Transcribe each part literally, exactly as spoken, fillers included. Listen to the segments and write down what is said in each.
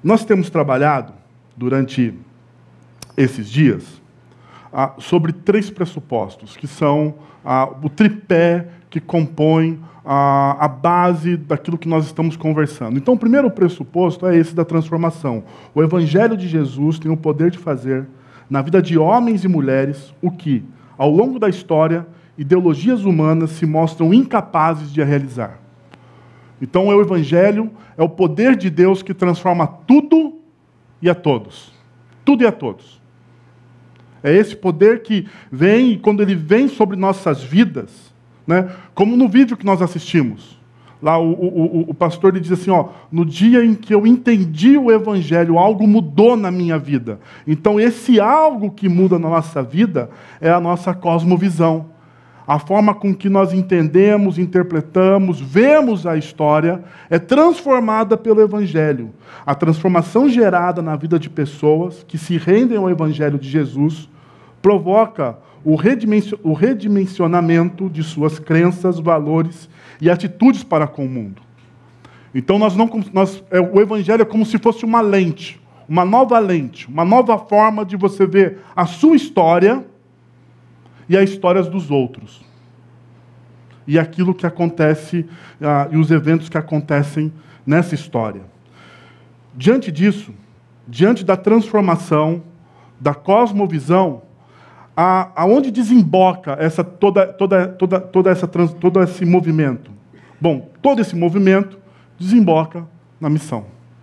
Nós temos trabalhado, durante esses dias, ah, sobre três pressupostos, que são ah, o tripé que compõe ah, a base daquilo que nós estamos conversando. Então, o primeiro pressuposto é esse da transformação. O Evangelho de Jesus tem o poder de fazer, na vida de homens e mulheres, o que, ao longo da história, ideologias humanas se mostram incapazes de realizar. Então, o Evangelho é o poder de Deus que transforma tudo e a todos. Tudo e a todos. É esse poder que vem, e quando ele vem sobre nossas vidas, né, como no vídeo que nós assistimos, lá o, o, o, o pastor ele diz assim, ó, no dia em que eu entendi o Evangelho, algo mudou na minha vida. Então, esse algo que muda na nossa vida é a nossa cosmovisão. A forma com que nós entendemos, interpretamos, vemos a história é transformada pelo Evangelho. A transformação gerada na vida de pessoas que se rendem ao Evangelho de Jesus provoca o redimensionamento de suas crenças, valores e atitudes para com o mundo. Então, nós não, nós, é, o Evangelho é como se fosse uma lente, uma nova lente, uma nova forma de você ver a sua história e as histórias dos outros. E aquilo que acontece, uh, e os eventos que acontecem nessa história. Diante disso, diante da transformação, da cosmovisão, a, aonde desemboca essa, toda, toda, toda, toda essa, trans, todo esse movimento? Bom, todo esse movimento desemboca na missão.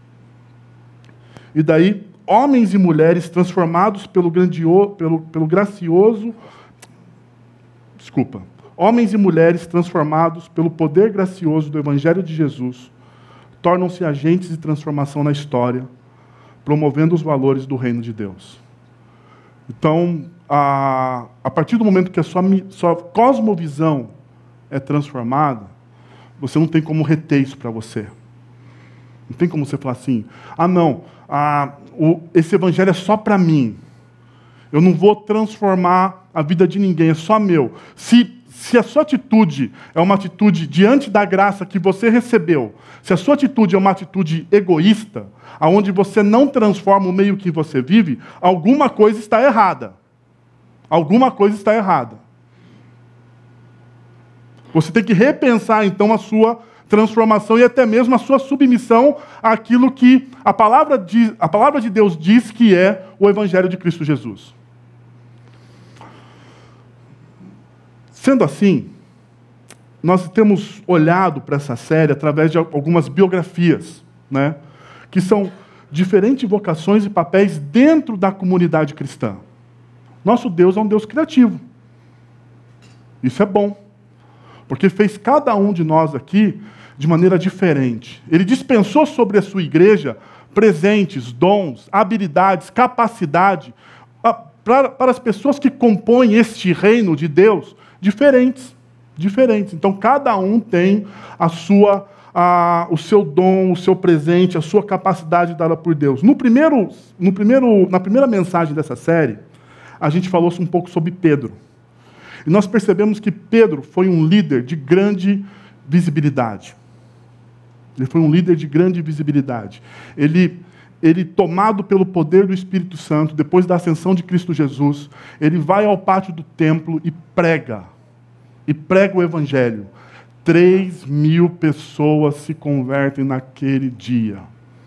E daí, homens e mulheres transformados pelo, grandio, pelo, pelo gracioso... Desculpa. Homens e mulheres transformados pelo poder gracioso do Evangelho de Jesus tornam-se agentes de transformação na história, promovendo os valores do reino de Deus. Então, a, a partir do momento que a sua, sua cosmovisão é transformada, você não tem como reter isso para você. Não tem como você falar assim, ah, não, ah, o, esse Evangelho é só para mim. Eu não vou transformar a vida de ninguém, é só meu. Se, se a sua atitude é uma atitude diante da graça que você recebeu, se a sua atitude é uma atitude egoísta, onde você não transforma o meio que você vive, alguma coisa está errada. Alguma coisa está errada. Você tem que repensar, então, a sua transformação e até mesmo a sua submissão àquilo que a palavra de, a palavra de Deus diz que é o Evangelho de Cristo Jesus. Sendo assim, nós temos olhado para essa série através de algumas biografias, né, que são diferentes vocações e papéis dentro da comunidade cristã. Nosso Deus é um Deus criativo. Isso é bom, porque fez cada um de nós aqui de maneira diferente. Ele dispensou sobre a sua igreja presentes, dons, habilidades, capacidade para, para as pessoas que compõem este reino de Deus, diferentes, diferentes. Então, cada um tem a sua, a, o seu dom, o seu presente, a sua capacidade dada por Deus. No primeiro, no primeiro, na primeira mensagem dessa série, a gente falou um pouco sobre Pedro. E nós percebemos que Pedro foi um líder de grande visibilidade. Ele foi um líder de grande visibilidade. Ele, ele, tomado pelo poder do Espírito Santo, depois da ascensão de Cristo Jesus, ele vai ao pátio do templo e prega. E prega o Evangelho. Três mil pessoas se convertem naquele dia.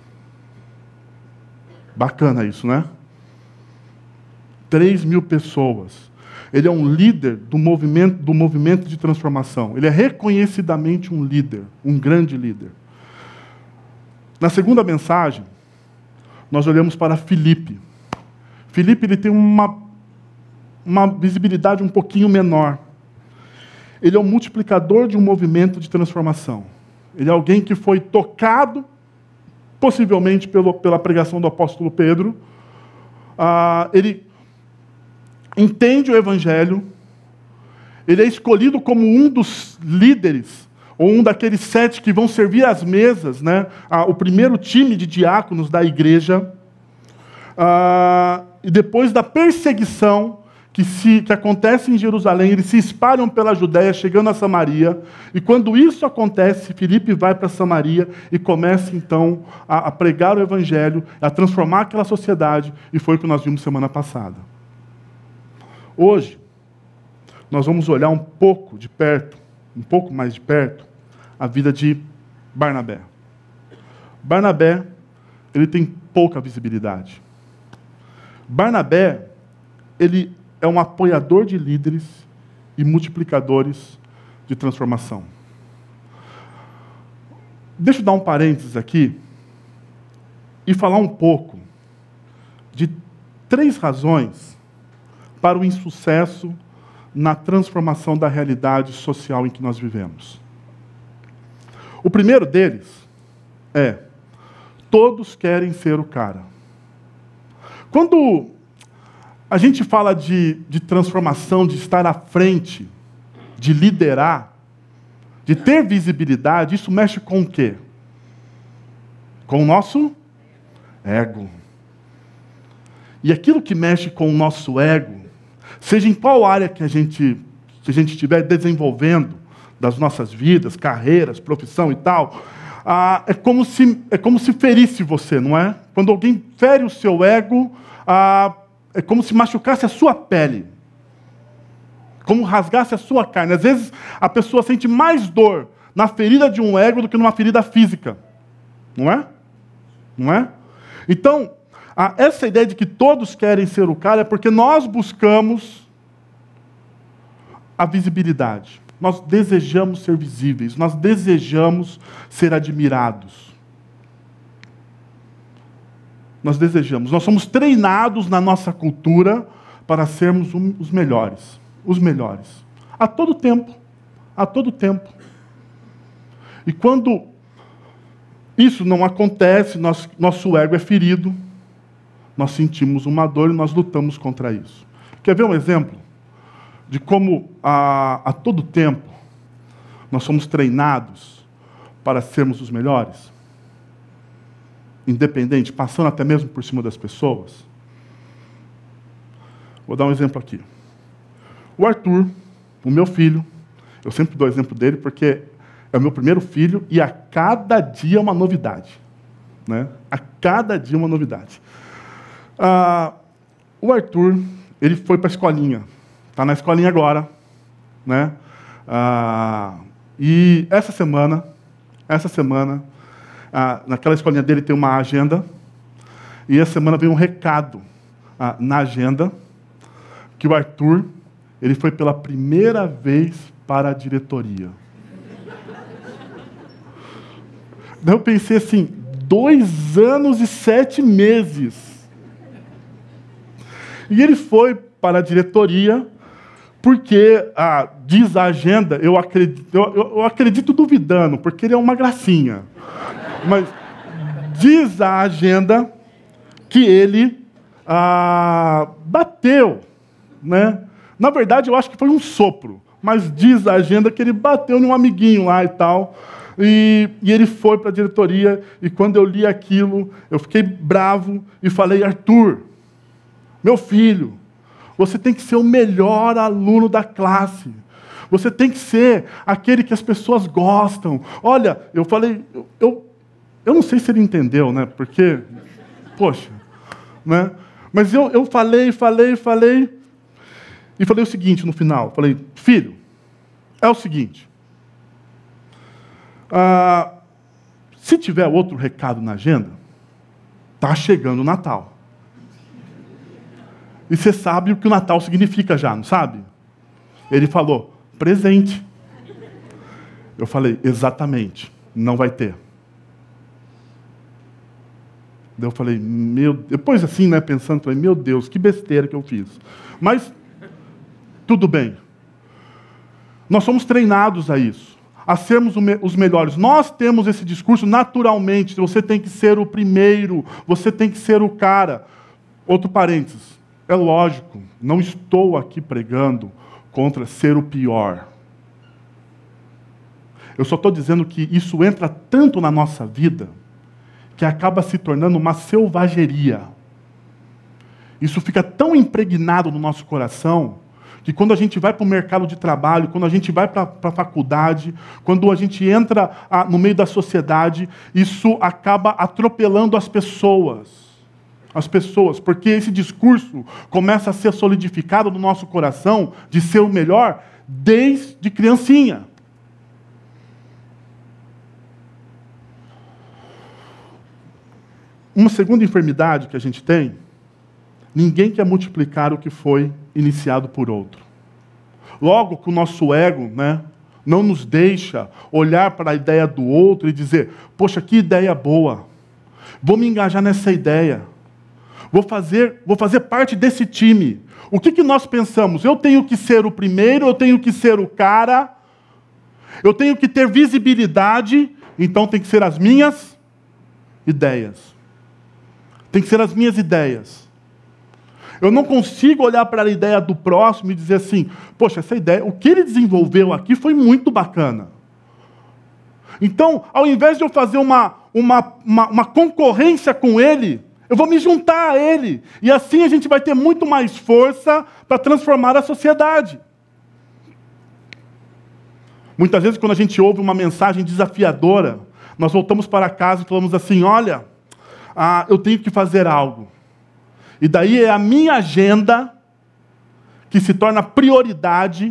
Bacana isso, né? Três mil pessoas. Ele é um líder do movimento, do movimento de transformação. Ele é reconhecidamente um líder, um grande líder. Na segunda mensagem, nós olhamos para Filipe. Filipe ele tem uma, uma visibilidade um pouquinho menor. Ele é um multiplicador de um movimento de transformação. Ele é alguém que foi tocado, possivelmente pelo, pela pregação do apóstolo Pedro. Ah, ele entende o Evangelho. Ele é escolhido como um dos líderes, ou um daqueles sete que vão servir às mesas, né? Ah, o primeiro time de diáconos da igreja. Ah, e depois da perseguição que, se, que acontece em Jerusalém, eles se espalham pela Judéia, chegando a Samaria, e quando isso acontece, Filipe vai para Samaria e começa então a, a pregar o Evangelho, a transformar aquela sociedade, e foi o que nós vimos semana passada. Hoje, nós vamos olhar um pouco de perto, um pouco mais de perto, a vida de Barnabé. Barnabé, ele tem pouca visibilidade. Barnabé, ele é um apoiador de líderes e multiplicadores de transformação. Deixa eu dar um parênteses aqui e falar um pouco de três razões para o insucesso na transformação da realidade social em que nós vivemos. O primeiro deles é: todos querem ser o cara. Quando a gente fala de, de transformação, de estar à frente, de liderar, de ter visibilidade, isso mexe com o quê? Com o nosso ego. E aquilo que mexe com o nosso ego, seja em qual área que a gente, que a gente estiver desenvolvendo das nossas vidas, carreiras, profissão e tal, ah, é, como se, é como se ferisse você, não é? Quando alguém fere o seu ego, ah, é como se machucasse a sua pele, como rasgasse a sua carne. Às vezes, a pessoa sente mais dor na ferida de um ego do que numa ferida física. Não é? Não é? Então, essa ideia de que todos querem ser o cara é porque nós buscamos a visibilidade. Nós desejamos ser visíveis, nós desejamos ser admirados. Nós desejamos, nós somos treinados na nossa cultura para sermos um, os melhores, os melhores. A todo tempo, a todo tempo. E quando isso não acontece, nós, nosso ego é ferido, nós sentimos uma dor e nós lutamos contra isso. Quer ver um exemplo de como a, a todo tempo nós somos treinados para sermos os melhores? Independente, passando até mesmo por cima das pessoas. Vou dar um exemplo aqui. O Arthur, o meu filho, eu sempre dou exemplo dele porque é o meu primeiro filho e a cada dia é uma novidade. Né? A cada dia uma novidade. Ah, o Arthur, ele foi para a escolinha. Está na escolinha agora. Né? Ah, e essa semana, essa semana, Ah, naquela escolinha dele tem uma agenda, e essa semana veio um recado ah, na agenda, que o Arthur, ele foi pela primeira vez para a diretoria. Daí eu pensei assim, dois anos e sete meses. E ele foi para a diretoria, porque, ah, diz a agenda, eu acredito, eu, eu acredito duvidando, porque ele é uma gracinha. Mas diz a agenda que ele ah, bateu, né? Na verdade, eu acho que foi um sopro, mas diz a agenda que ele bateu num amiguinho lá e tal, e, e ele foi para a diretoria, e quando eu li aquilo, eu fiquei bravo e falei: Arthur, meu filho, você tem que ser o melhor aluno da classe. Você tem que ser aquele que as pessoas gostam. Olha, eu falei... Eu, eu, Eu não sei se ele entendeu, né? Porque, poxa, né? Mas eu, eu falei, falei, falei, e falei o seguinte no final. Falei: filho, é o seguinte, ah, se tiver outro recado na agenda, está chegando o Natal. E você sabe o que o Natal significa já, não sabe? Ele falou: presente. Eu falei: exatamente, não vai ter. Daí eu falei, meu... Depois assim, né, pensando, falei, meu Deus, que besteira que eu fiz. Mas, tudo bem. Nós somos treinados a isso, a sermos os melhores. Nós temos esse discurso naturalmente, você tem que ser o primeiro, você tem que ser o cara. Outro parênteses, é lógico, não estou aqui pregando contra ser o pior. Eu só estou dizendo que isso entra tanto na nossa vida que acaba se tornando uma selvageria. Isso fica tão impregnado no nosso coração, que quando a gente vai para o mercado de trabalho, quando a gente vai para a faculdade, quando a gente entra ah, no meio da sociedade, isso acaba atropelando as pessoas. As pessoas, porque esse discurso começa a ser solidificado no nosso coração de ser o melhor desde criancinha. Uma segunda enfermidade que a gente tem, ninguém quer multiplicar o que foi iniciado por outro. Logo que o nosso ego, né, não nos deixa olhar para a ideia do outro e dizer, poxa, que ideia boa, vou me engajar nessa ideia, vou fazer, vou fazer parte desse time. O que, que nós pensamos? Eu tenho que ser o primeiro, eu tenho que ser o cara, eu tenho que ter visibilidade, então tem que ser as minhas ideias. Tem que ser as minhas ideias. Eu não consigo olhar para a ideia do próximo e dizer assim, poxa, essa ideia, o que ele desenvolveu aqui foi muito bacana. Então, ao invés de eu fazer uma, uma, uma, uma concorrência com ele, eu vou me juntar a ele. E assim a gente vai ter muito mais força para transformar a sociedade. Muitas vezes, quando a gente ouve uma mensagem desafiadora, nós voltamos para casa e falamos assim, olha, ah, eu tenho que fazer algo. E daí é a minha agenda que se torna prioridade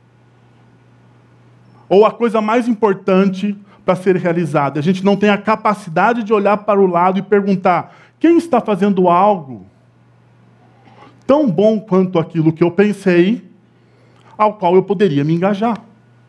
ou a coisa mais importante para ser realizada. A gente não tem a capacidade de olhar para o lado e perguntar, quem está fazendo algo tão bom quanto aquilo que eu pensei, ao qual eu poderia me engajar?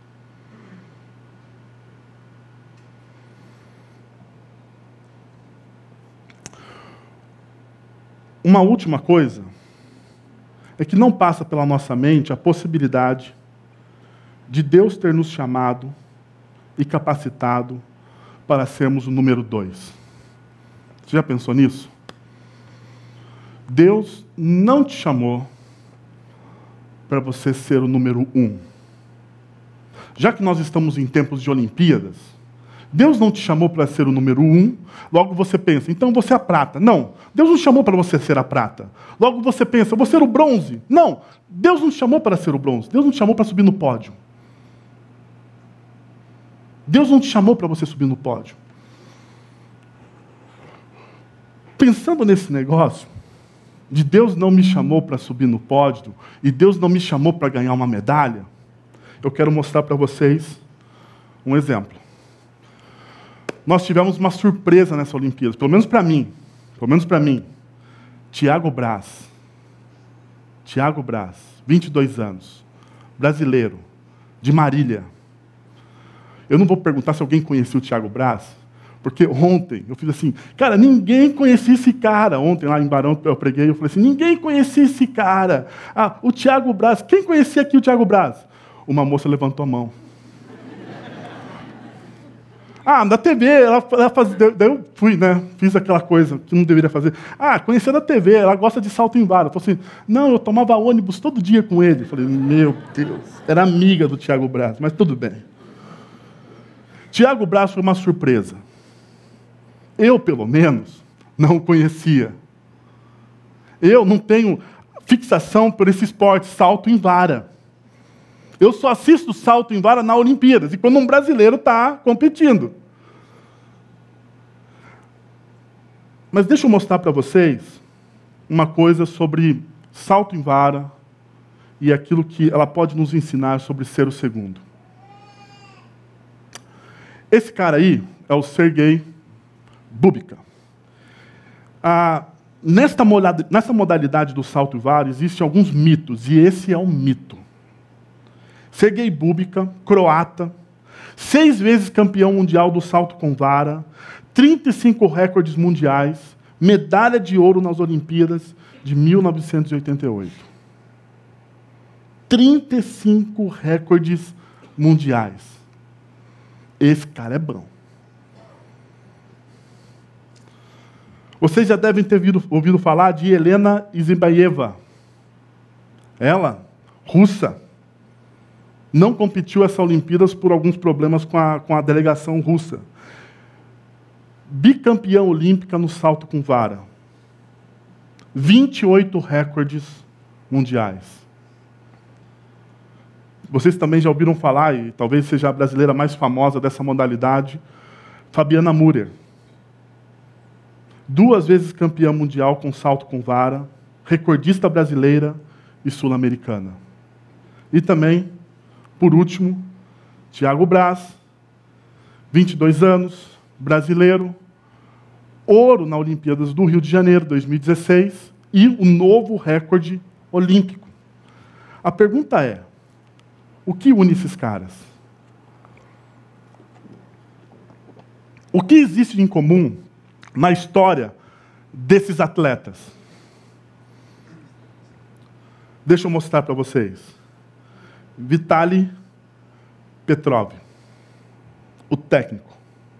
Uma última coisa é que não passa pela nossa mente a possibilidade de Deus ter nos chamado e capacitado para sermos o número dois. Você já pensou nisso? Deus não te chamou para você ser o número um. Já que nós estamos em tempos de Olimpíadas, Deus não te chamou para ser o número um, logo você pensa, então você é a prata. Não, Deus não chamou para você ser a prata. Logo você pensa, vou ser o bronze. Não, Deus não te chamou para ser o bronze. Deus não te chamou para subir no pódio. Deus não te chamou para você subir no pódio. Pensando nesse negócio, de Deus não me chamou para subir no pódio, e Deus não me chamou para ganhar uma medalha, eu quero mostrar para vocês um exemplo. Nós tivemos uma surpresa nessa Olimpíada, pelo menos para mim, pelo menos para mim. Tiago Braz. Tiago Braz, vinte e dois anos, brasileiro, de Marília. Eu não vou perguntar se alguém conhecia o Tiago Braz, porque ontem eu fiz assim, cara, ninguém conhecia esse cara. Ontem lá em Barão eu preguei, eu falei assim, ninguém conhecia esse cara. Ah, o Tiago Braz, quem conhecia aqui o Tiago Braz? Uma moça levantou a mão. Ah, da T V, ela, ela faz, daí eu fui, né? Fiz aquela coisa que não deveria fazer. Ah, conhecia da T V, ela gosta de salto em vara. Eu falei assim, não, eu tomava ônibus todo dia com ele. Eu falei, meu Deus, era amiga do Tiago Braz, mas tudo bem. Tiago Braz foi uma surpresa. Eu, pelo menos, não o conhecia. Eu não tenho fixação por esse esporte, salto em vara. Eu só assisto salto em vara na Olimpíadas, e quando um brasileiro está competindo. Mas deixa eu mostrar para vocês uma coisa sobre salto em vara e aquilo que ela pode nos ensinar sobre ser o segundo. Esse cara aí é o Sergei Bubka. Ah, nesta, nessa modalidade do salto em vara existem alguns mitos, e esse é um mito. Sergei Bubka, croata, seis vezes campeão mundial do salto com vara, trinta e cinco recordes mundiais, medalha de ouro nas Olimpíadas de mil novecentos e oitenta e oito. trinta e cinco recordes mundiais. Esse cara é bom. Vocês já devem ter ouvido, ouvido falar de Helena Isinbayeva. Ela, russa, não competiu essa Olimpíadas por alguns problemas com a, com a delegação russa. Bicampeã olímpica no salto com vara. vinte e oito recordes mundiais. Vocês também já ouviram falar, e talvez seja a brasileira mais famosa dessa modalidade, Fabiana Müller. Duas vezes campeã mundial com salto com vara, recordista brasileira e sul-americana. E também, por último, Thiago Braz, vinte e dois anos, brasileiro, ouro na Olimpíadas do Rio de Janeiro, dois mil e dezesseis, e o novo recorde olímpico. A pergunta é, o que une esses caras? O que existe de em comum na história desses atletas? Deixa eu mostrar para vocês. Vitaly Petrov, o técnico.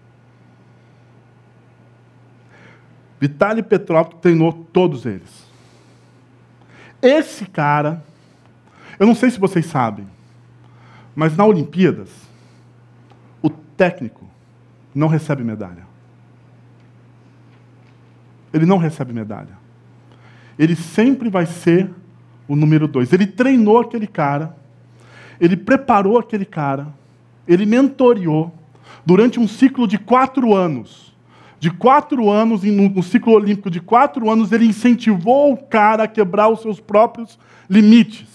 Vitaly Petrov treinou todos eles. Esse cara, eu não sei se vocês sabem, mas na Olimpíadas, o técnico não recebe medalha. Ele não recebe medalha. Ele sempre vai ser o número dois. Ele treinou aquele cara, ele preparou aquele cara, ele mentoreou durante um ciclo de quatro anos. De quatro anos, no ciclo olímpico de quatro anos, ele incentivou o cara a quebrar os seus próprios limites.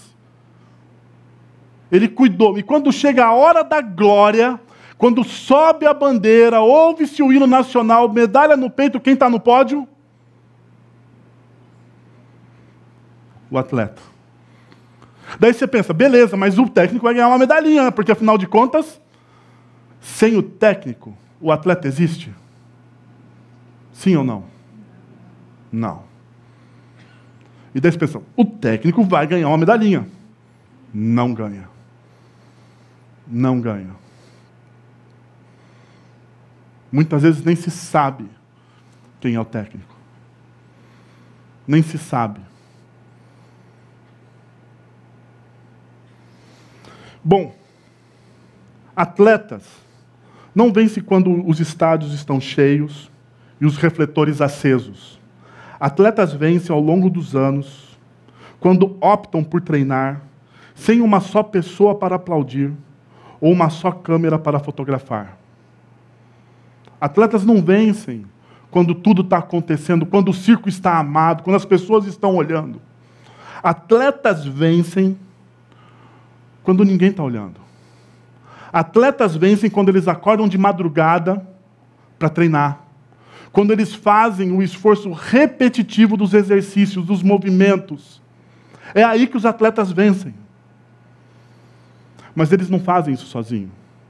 Ele cuidou. E quando chega a hora da glória, quando sobe a bandeira, ouve-se o hino nacional, medalha no peito, quem está no pódio? O atleta. Daí você pensa, beleza, mas o técnico vai ganhar uma medalhinha, porque afinal de contas, sem o técnico, o atleta existe? Sim ou não? Não. E daí você pensa, o técnico vai ganhar uma medalhinha. Não ganha. Não ganha. Muitas vezes nem se sabe quem é o técnico. Nem se sabe. Bom, atletas não vencem quando os estádios estão cheios e os refletores acesos. Atletas vencem ao longo dos anos, quando optam por treinar, sem uma só pessoa para aplaudir, ou uma só câmera para fotografar. Atletas não vencem quando tudo está acontecendo, quando o circo está amado, quando as pessoas estão olhando. Atletas vencem quando ninguém está olhando. Atletas vencem quando eles acordam de madrugada para treinar. Quando eles fazem o esforço repetitivo dos exercícios, dos movimentos. É aí que os atletas vencem. Mas eles não fazem isso sozinhos.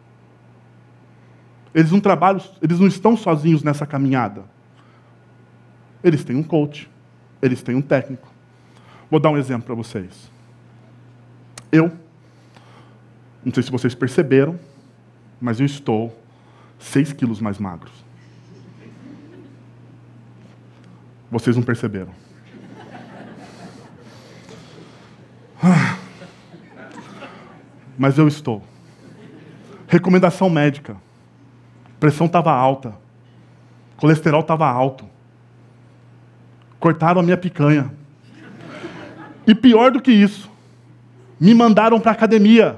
Eles não trabalham, eles não estão sozinhos nessa caminhada. Eles têm um coach, eles têm um técnico. Vou dar um exemplo para vocês. Eu, não sei se vocês perceberam, mas eu estou seis quilos mais magro. Vocês não perceberam. Mas eu estou. Recomendação médica. Pressão estava alta. Colesterol estava alto. Cortaram a minha picanha. E pior do que isso, me mandaram para a academia.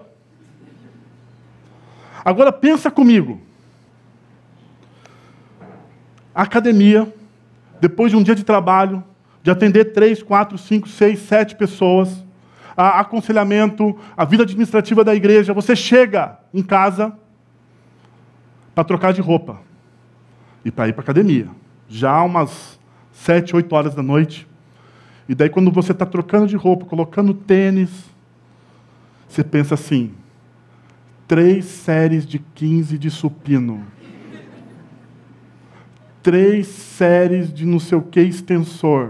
Agora pensa comigo. A academia, depois de um dia de trabalho, de atender três, quatro, cinco, seis, sete pessoas, a aconselhamento, a vida administrativa da igreja, você chega em casa para trocar de roupa e para ir para a academia. Já umas sete, oito horas da noite. E daí quando você está trocando de roupa, colocando tênis, você pensa assim, três séries de quinze de supino. Três séries de não sei o que extensor.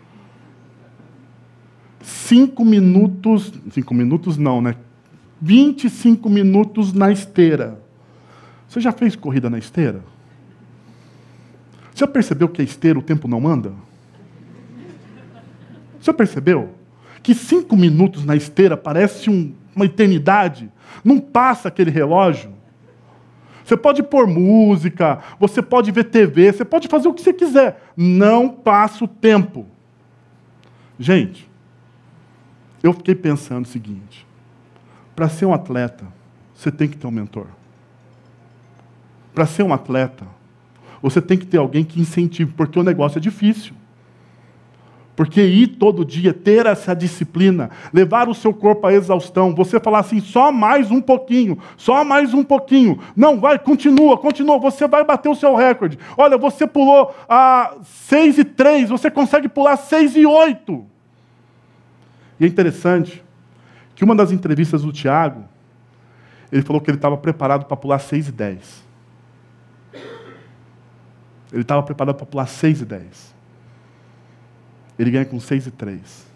Cinco minutos, cinco minutos não, né? vinte e cinco minutos na esteira. Você já fez corrida na esteira? Você já percebeu que a esteira o tempo não anda? Você já percebeu? Que cinco minutos na esteira parece um, uma eternidade? Não passa aquele relógio? Você pode pôr música, você pode ver T V, você pode fazer o que você quiser. Não passa o tempo. Gente, eu fiquei pensando o seguinte: para ser um atleta, você tem que ter um mentor. Para ser um atleta, você tem que ter alguém que incentive, porque o negócio é difícil. Porque ir todo dia, ter essa disciplina, levar o seu corpo à exaustão, você falar assim, só mais um pouquinho, só mais um pouquinho. Não, vai, continua, continua, você vai bater o seu recorde. Olha, você pulou a seis e três, você consegue pular seis e oito. E é interessante que uma das entrevistas do Tiago, ele falou que ele estava preparado para pular seis e dez. Ele estava preparado para pular seis e dez. Ele ganha com seis e três.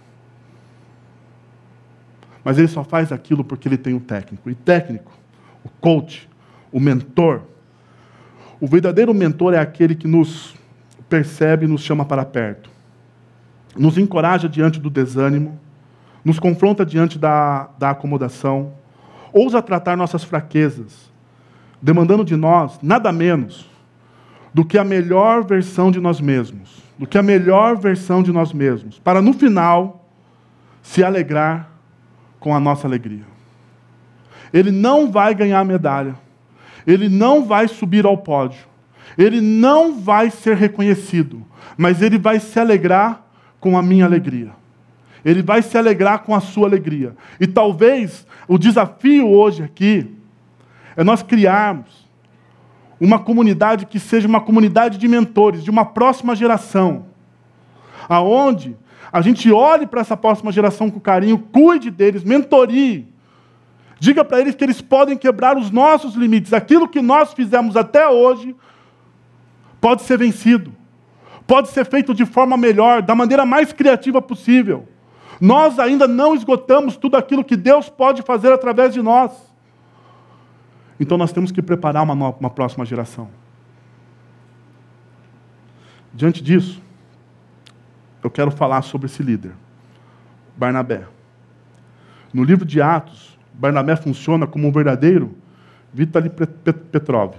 Mas ele só faz aquilo porque ele tem um técnico. E técnico, o coach, o mentor. O verdadeiro mentor é aquele que nos percebe e nos chama para perto. Nos encoraja diante do desânimo. Nos confronta diante da, da acomodação. Ousa tratar nossas fraquezas, demandando de nós nada menos do que a melhor versão de nós mesmos. Do que a melhor versão de nós mesmos, para no final se alegrar com a nossa alegria. Ele não vai ganhar a medalha, ele não vai subir ao pódio, ele não vai ser reconhecido, mas ele vai se alegrar com a minha alegria. Ele vai se alegrar com a sua alegria. E talvez o desafio hoje aqui é nós criarmos uma comunidade que seja uma comunidade de mentores, de uma próxima geração, aonde a gente olhe para essa próxima geração com carinho, cuide deles, mentorie, diga para eles que eles podem quebrar os nossos limites, aquilo que nós fizemos até hoje pode ser vencido, pode ser feito de forma melhor, da maneira mais criativa possível. Nós ainda não esgotamos tudo aquilo que Deus pode fazer através de nós. Então nós temos que preparar uma, nova, uma próxima geração. Diante disso, eu quero falar sobre esse líder, Barnabé. No livro de Atos, Barnabé funciona como um verdadeiro Vitaly Petrov.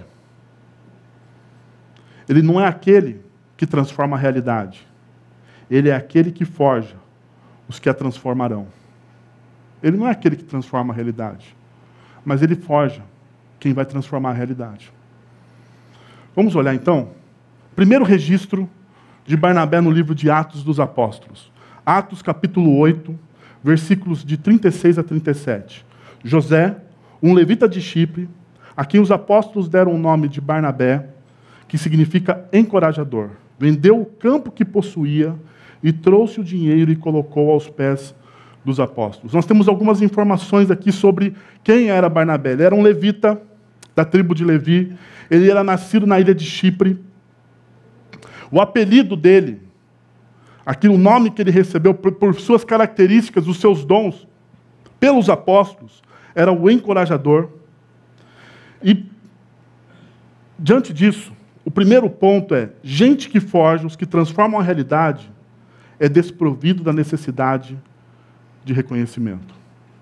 Ele não é aquele que transforma a realidade. Ele é aquele que forja os que a transformarão. Ele não é aquele que transforma a realidade, mas ele forja quem vai transformar a realidade. Vamos olhar então? Primeiro registro de Barnabé no livro de Atos dos Apóstolos. Atos capítulo oito, versículos de trinta e seis a trinta e sete. José, um levita de Chipre, a quem os apóstolos deram o nome de Barnabé, que significa encorajador, vendeu o campo que possuía e trouxe o dinheiro e colocou aos pés dos apóstolos. Nós temos algumas informações aqui sobre quem era Barnabé. Ele era um levita da tribo de Levi. Ele era nascido na ilha de Chipre. O apelido dele, aqui o nome que ele recebeu por, por suas características, os seus dons, pelos apóstolos, era o encorajador. E, diante disso, o primeiro ponto é, gente que forja, os que transformam a realidade, é desprovido da necessidade de reconhecimento.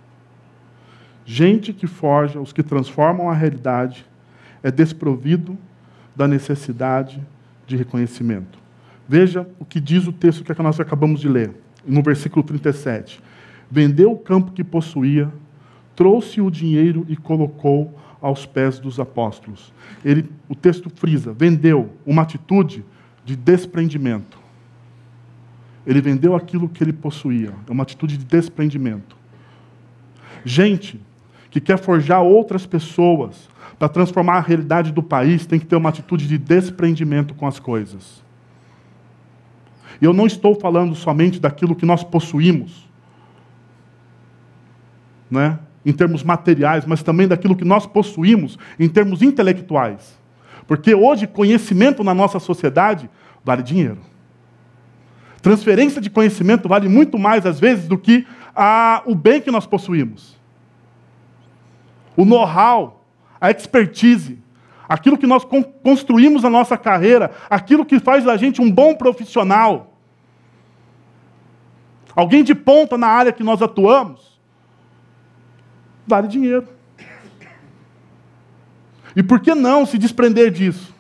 Gente que forja, os que transformam a realidade, é desprovido da necessidade de reconhecimento. Veja o que diz o texto que nós acabamos de ler, no versículo trinta e sete. Vendeu o campo que possuía, trouxe o dinheiro e colocou aos pés dos apóstolos. Ele, o texto frisa, vendeu uma atitude de desprendimento. Ele vendeu aquilo que ele possuía, é uma atitude de desprendimento. Gente que quer forjar outras pessoas para transformar a realidade do país tem que ter uma atitude de desprendimento com as coisas. E eu não estou falando somente daquilo que nós possuímos, né, em termos materiais, mas também daquilo que nós possuímos em termos intelectuais. Porque hoje conhecimento na nossa sociedade vale dinheiro. Transferência de conhecimento vale muito mais, às vezes, do que a, o bem que nós possuímos. O know-how, a expertise, aquilo que nós con- construímos na nossa carreira, aquilo que faz da gente um bom profissional. Alguém de ponta na área que nós atuamos, vale dinheiro. E por que não se desprender disso?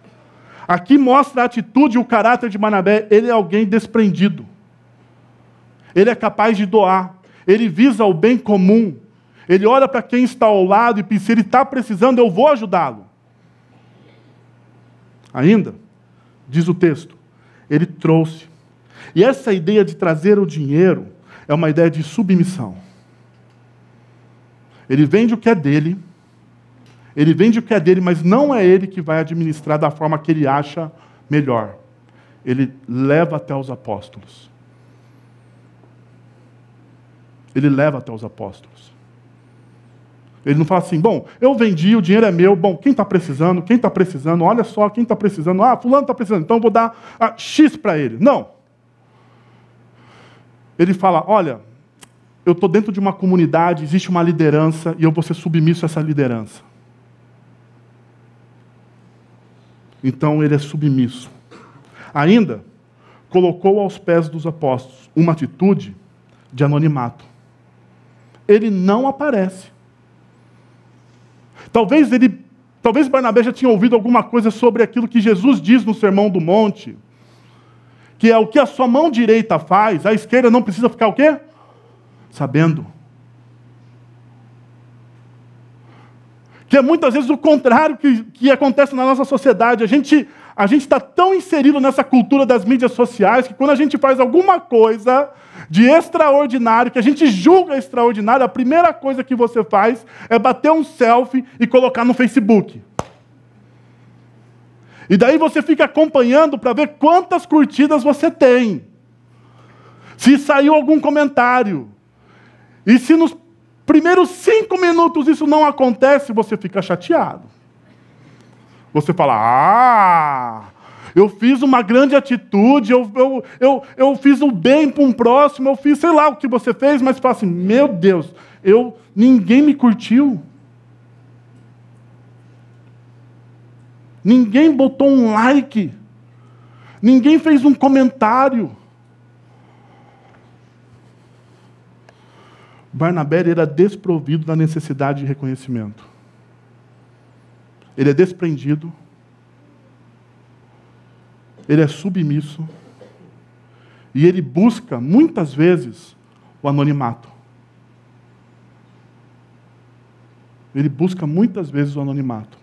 Aqui mostra a atitude e o caráter de Barnabé. Ele é alguém desprendido. Ele é capaz de doar. Ele visa o bem comum. Ele olha para quem está ao lado e pensa, se ele está precisando, eu vou ajudá-lo. Ainda, diz o texto, ele trouxe. E essa ideia de trazer o dinheiro é uma ideia de submissão. Ele vende o que é dele, ele vende o que é dele, mas não é ele que vai administrar da forma que ele acha melhor. Ele leva até os apóstolos. Ele leva até os apóstolos. Ele não fala assim, bom, eu vendi, o dinheiro é meu, bom, quem está precisando, quem está precisando, olha só, quem está precisando, ah, fulano está precisando, então eu vou dar ah, X para ele. Não. Ele fala, olha, eu estou dentro de uma comunidade, existe uma liderança, e eu vou ser submisso a essa liderança. Então ele é submisso. Ainda, colocou aos pés dos apóstolos uma atitude de anonimato. Ele não aparece. Talvez ele, talvez Barnabé já tinha ouvido alguma coisa sobre aquilo que Jesus diz no Sermão do Monte, que é o que a sua mão direita faz, a esquerda não precisa ficar o quê? Sabendo. Que é muitas vezes o contrário que, que acontece na nossa sociedade. A gente a gente está tão inserido nessa cultura das mídias sociais que quando a gente faz alguma coisa de extraordinário, que a gente julga extraordinário, a primeira coisa que você faz é bater um selfie e colocar no Facebook. E daí você fica acompanhando para ver quantas curtidas você tem. Se saiu algum comentário. E se nos primeiros cinco minutos isso não acontece, você fica chateado. Você fala, ah, eu fiz uma grande atitude, eu, eu, eu, eu fiz o bem para um próximo, eu fiz, sei lá o que você fez, mas fala assim, meu Deus, eu, ninguém me curtiu. Ninguém botou um like. Ninguém fez um comentário. Barnabé era desprovido da necessidade de reconhecimento. Ele é desprendido. Ele é submisso. E ele busca, muitas vezes, o anonimato. Ele busca, muitas vezes, o anonimato.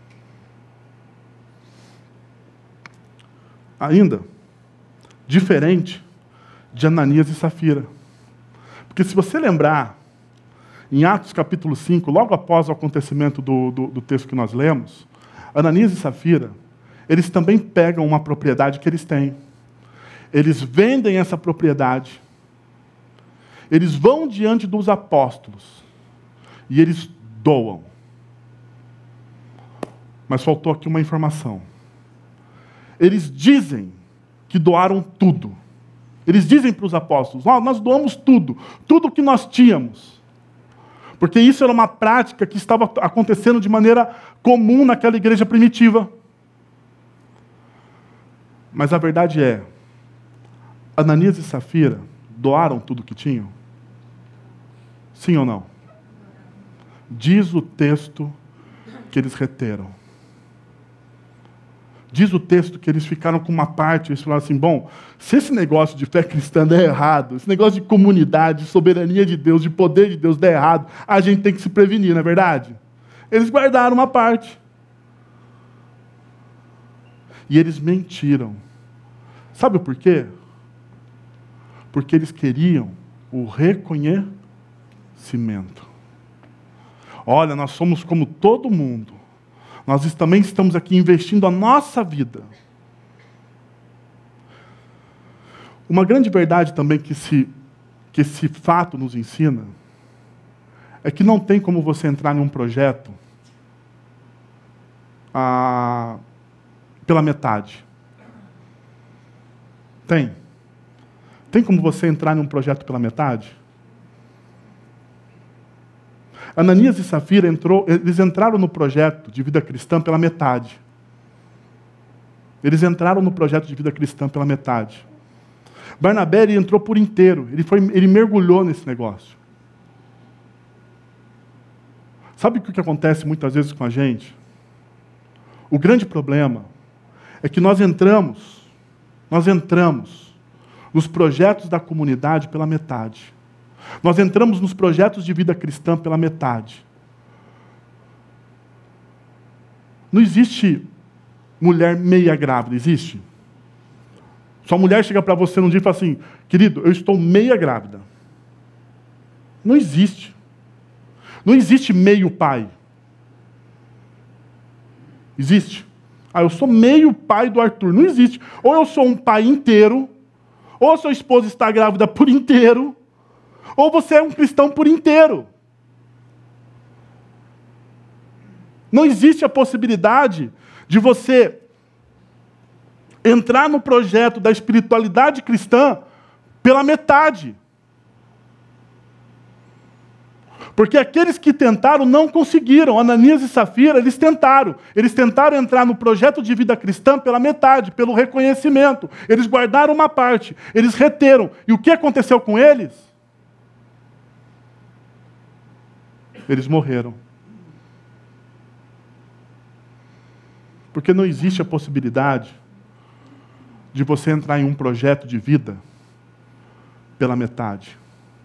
Ainda, diferente de Ananias e Safira. Porque se você lembrar, em Atos capítulo cinco, logo após o acontecimento do, do, do texto que nós lemos, Ananias e Safira, eles também pegam uma propriedade que eles têm. Eles vendem essa propriedade. Eles vão diante dos apóstolos. E eles doam. Mas faltou aqui uma informação. Eles dizem que doaram tudo. Eles dizem para os apóstolos, oh, nós doamos tudo, tudo que nós tínhamos. Porque isso era uma prática que estava acontecendo de maneira comum naquela igreja primitiva. Mas a verdade é, Ananias e Safira doaram tudo que tinham? Sim ou não? Diz o texto que eles reteram. Diz o texto que eles ficaram com uma parte, eles falaram assim, bom, se esse negócio de fé cristã der errado, esse negócio de comunidade, de soberania de Deus, de poder de Deus der errado, a gente tem que se prevenir, não é verdade? Eles guardaram uma parte. E eles mentiram. Sabe por quê? Porque eles queriam o reconhecimento. Olha, nós somos como todo mundo. Nós também estamos aqui investindo a nossa vida. Uma grande verdade também que esse, que esse fato nos ensina é que não tem como você entrar em um projeto ah, pela metade. Tem? Tem como você entrar em um projeto pela metade? Ananias e Safira, entrou, eles entraram no projeto de vida cristã pela metade. Eles entraram no projeto de vida cristã pela metade. Barnabé ele entrou por inteiro, ele, foi, ele mergulhou nesse negócio. Sabe o que acontece muitas vezes com a gente? O grande problema é que nós entramos, nós entramos nos projetos da comunidade pela metade. Nós entramos nos projetos de vida cristã pela metade. Não existe mulher meia grávida, existe? Sua mulher chega para você num dia e fala assim, querido, eu estou meia grávida. Não existe. Não existe meio pai. Existe? Ah, eu sou meio pai do Arthur. Não existe. Ou eu sou um pai inteiro, ou a sua esposa está grávida por inteiro, ou você é um cristão por inteiro. Não existe a possibilidade de você entrar no projeto da espiritualidade cristã pela metade. Porque aqueles que tentaram não conseguiram. Ananias e Safira, eles tentaram. Eles tentaram entrar no projeto de vida cristã pela metade, pelo reconhecimento. Eles guardaram uma parte, eles reteram. E o que aconteceu com eles? Eles morreram. Porque não existe a possibilidade de você entrar em um projeto de vida pela metade.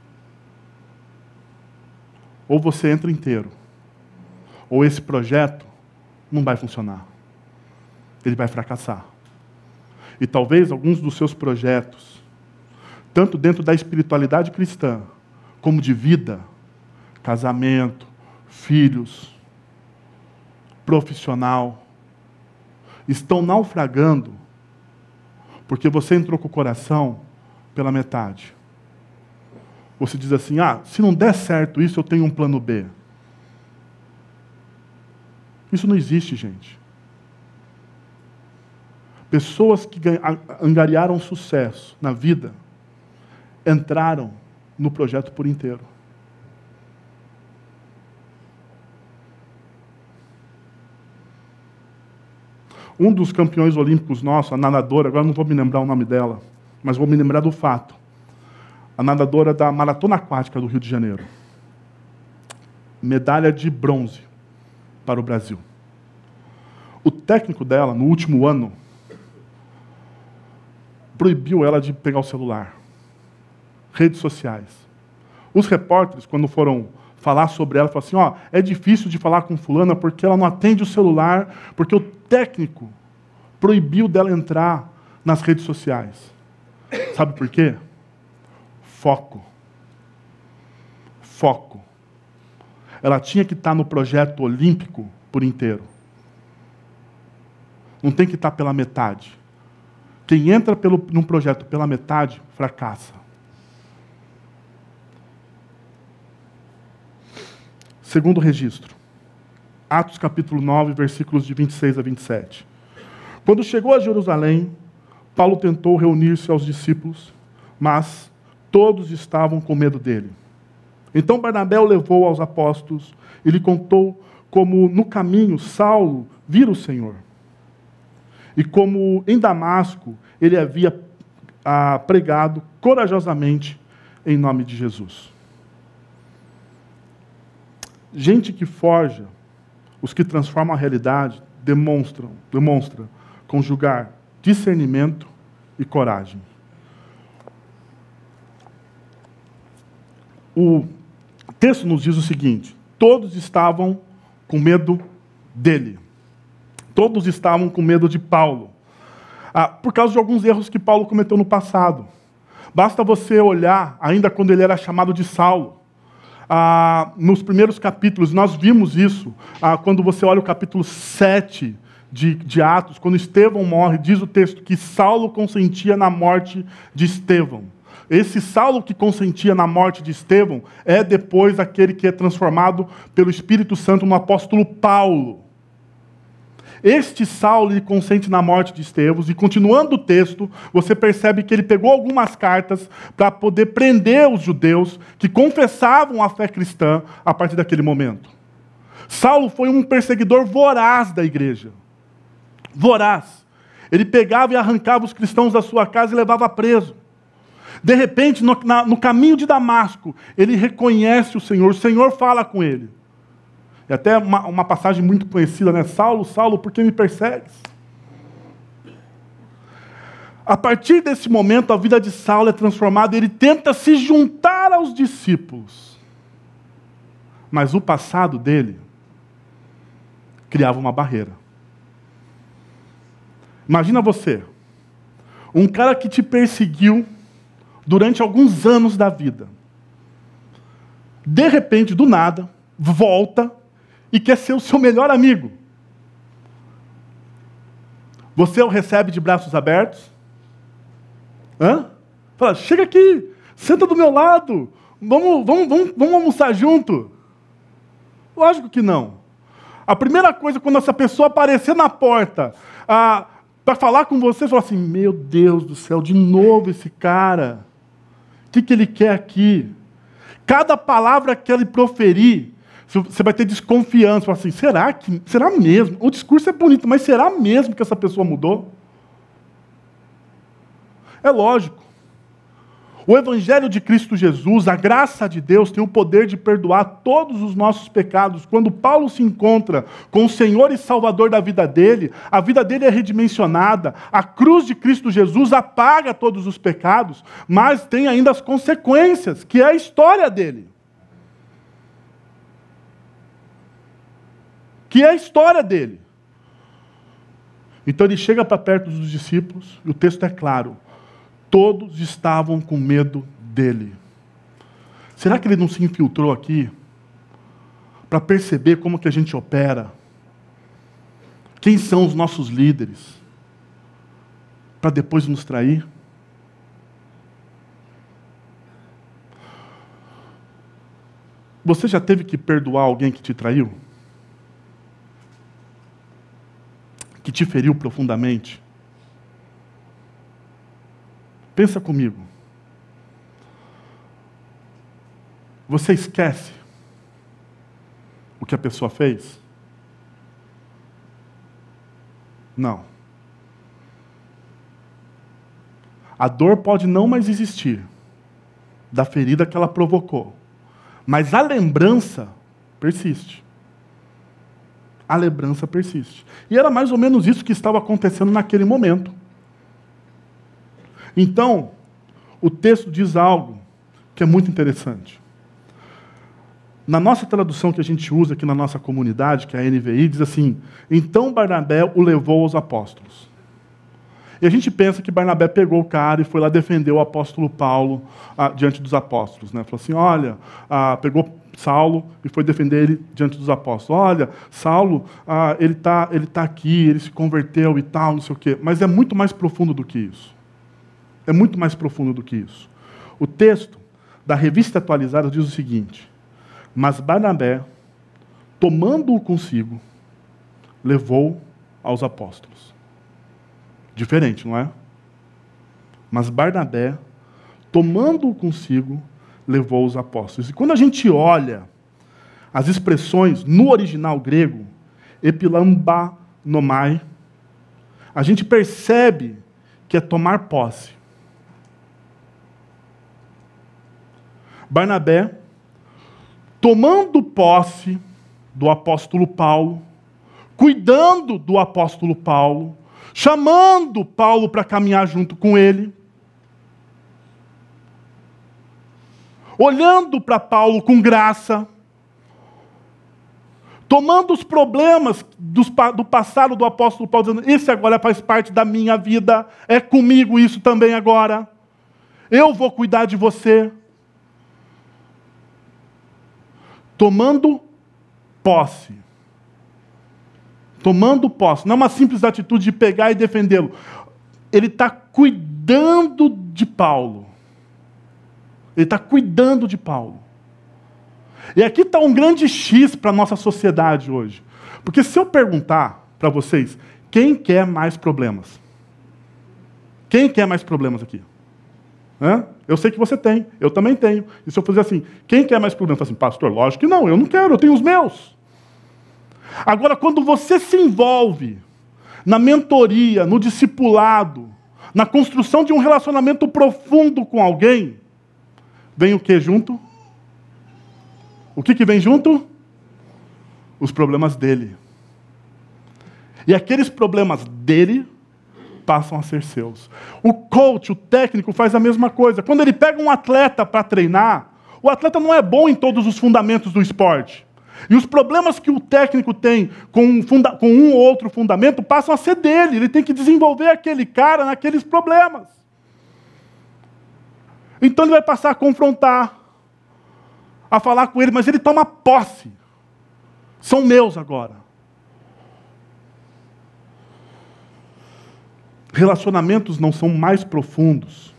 Ou você entra inteiro, ou esse projeto não vai funcionar. Ele vai fracassar. E talvez alguns dos seus projetos, tanto dentro da espiritualidade cristã, como de vida, casamento, filhos, profissional, estão naufragando porque você entrou com o coração pela metade. Você diz assim, ah, se não der certo isso, eu tenho um plano B. Isso não existe, gente. Pessoas que angariaram sucesso na vida, entraram no projeto por inteiro. Um dos campeões olímpicos nossos, a nadadora, agora não vou me lembrar o nome dela, mas vou me lembrar do fato. A nadadora da Maratona Aquática do Rio de Janeiro. Medalha de bronze para o Brasil. O técnico dela, no último ano, proibiu ela de pegar o celular. Redes sociais. Os repórteres, quando foram falar sobre ela, falaram assim, ó, é difícil de falar com fulana porque ela não atende o celular, porque o técnico proibiu dela entrar nas redes sociais. Sabe por quê? Foco. Foco. Ela tinha que estar no projeto olímpico por inteiro. Não tem que estar pela metade. Quem entra pelo, num projeto pela metade, fracassa. Segundo registro. Atos capítulo nove, versículos de vinte e seis a vinte e sete. Quando chegou a Jerusalém, Paulo tentou reunir-se aos discípulos, mas todos estavam com medo dele. Então Barnabé o levou aos apóstolos e lhe contou como no caminho Saulo vira o Senhor. E como em Damasco ele havia ah, pregado corajosamente em nome de Jesus. Gente que forja, os que transformam a realidade, demonstram, demonstra conjugar discernimento e coragem. O texto nos diz o seguinte, todos estavam com medo dele. Todos estavam com medo de Paulo. Ah, por causa de alguns erros que Paulo cometeu no passado. Basta você olhar, ainda quando ele era chamado de Saulo. Ah, nos primeiros capítulos, nós vimos isso. Ah, quando você olha o capítulo sete de, de Atos, quando Estevão morre, diz o texto que Saulo consentia na morte de Estevão. Esse Saulo que consentia na morte de Estevão é depois aquele que é transformado pelo Espírito Santo no apóstolo Paulo. Este Saulo ele consente na morte de Estevão, e continuando o texto, você percebe que ele pegou algumas cartas para poder prender os judeus que confessavam a fé cristã a partir daquele momento. Saulo foi um perseguidor voraz da igreja. Voraz. Ele pegava e arrancava os cristãos da sua casa e levava preso. De repente, no, na, no caminho de Damasco, ele reconhece o Senhor, o Senhor fala com ele. É até uma, uma passagem muito conhecida, né? Saulo, Saulo, por que me persegues? A partir desse momento, a vida de Saulo é transformada, ele tenta se juntar aos discípulos. Mas o passado dele criava uma barreira. Imagina você, um cara que te perseguiu durante alguns anos da vida. De repente, do nada, volta e quer ser o seu melhor amigo. Você o recebe de braços abertos? Hã? Fala, chega aqui, senta do meu lado, vamos, vamos, vamos, vamos almoçar junto. Lógico que não. A primeira coisa, quando essa pessoa aparecer na porta, ah, para falar com você, você fala assim, meu Deus do céu, de novo esse cara. O que, que ele quer aqui? Cada palavra que ele proferir, você vai ter desconfiança. Fala assim, será que, será mesmo? O discurso é bonito, mas será mesmo que essa pessoa mudou? É lógico. O Evangelho de Cristo Jesus, a graça de Deus, tem o poder de perdoar todos os nossos pecados. Quando Paulo se encontra com o Senhor e Salvador da vida dele, a vida dele é redimensionada, a cruz de Cristo Jesus apaga todos os pecados, mas tem ainda as consequências, que é a história dele. Que é a história dele. Então ele chega para perto dos discípulos, e o texto é claro. Todos estavam com medo dele. Será que ele não se infiltrou aqui para perceber como que a gente opera? Quem são os nossos líderes? Para depois nos trair? Você já teve que perdoar alguém que te traiu? Que te feriu profundamente? Pensa comigo. Você esquece o que a pessoa fez? Não. A dor pode não mais existir da ferida que ela provocou, mas a lembrança persiste. A lembrança persiste. E era mais ou menos isso que estava acontecendo naquele momento. Então, o texto diz algo que é muito interessante. Na nossa tradução que a gente usa aqui na nossa comunidade, que é a N V I, diz assim, então Barnabé o levou aos apóstolos. E a gente pensa que Barnabé pegou o cara e foi lá defender o apóstolo Paulo ah, diante dos apóstolos. Né? Falou assim, olha, ah, pegou Saulo e foi defender ele diante dos apóstolos. Olha, Saulo, ah, ele está ele tá aqui, ele se converteu e tal, não sei o quê. Mas é muito mais profundo do que isso. É muito mais profundo do que isso. O texto da Revista Atualizada diz o seguinte, mas Barnabé, tomando-o consigo, levou aos apóstolos. Diferente, não é? Mas Barnabé, tomando-o consigo, levou aos apóstolos. E quando a gente olha as expressões no original grego, epilambanomai, a gente percebe que é tomar posse. Barnabé, tomando posse do apóstolo Paulo, cuidando do apóstolo Paulo, chamando Paulo para caminhar junto com ele, olhando para Paulo com graça, tomando os problemas dos, do passado do apóstolo Paulo, dizendo, esse agora faz parte da minha vida, é comigo isso também agora, eu vou cuidar de você. Tomando posse. Tomando posse. Não é uma simples atitude de pegar e defendê-lo. Ele está cuidando de Paulo. Ele está cuidando de Paulo. E aqui está um grande X para a nossa sociedade hoje. Porque se eu perguntar para vocês, quem quer mais problemas? Quem quer mais problemas aqui? Hã? Eu sei que você tem, eu também tenho. E se eu fizer assim, quem quer mais problemas? Eu falo assim, pastor, lógico que não, eu não quero, eu tenho os meus. Agora, quando você se envolve na mentoria, no discipulado, na construção de um relacionamento profundo com alguém, vem o que junto? O que, que vem junto? Os problemas dele. E aqueles problemas dele passam a ser seus. O coach, o técnico, faz a mesma coisa. Quando ele pega um atleta para treinar, o atleta não é bom em todos os fundamentos do esporte. E os problemas que o técnico tem com um, funda- com um ou outro fundamento passam a ser dele. Ele tem que desenvolver aquele cara naqueles problemas. Então ele vai passar a confrontar, a falar com ele, mas ele toma posse. São meus agora. Relacionamentos não são mais profundos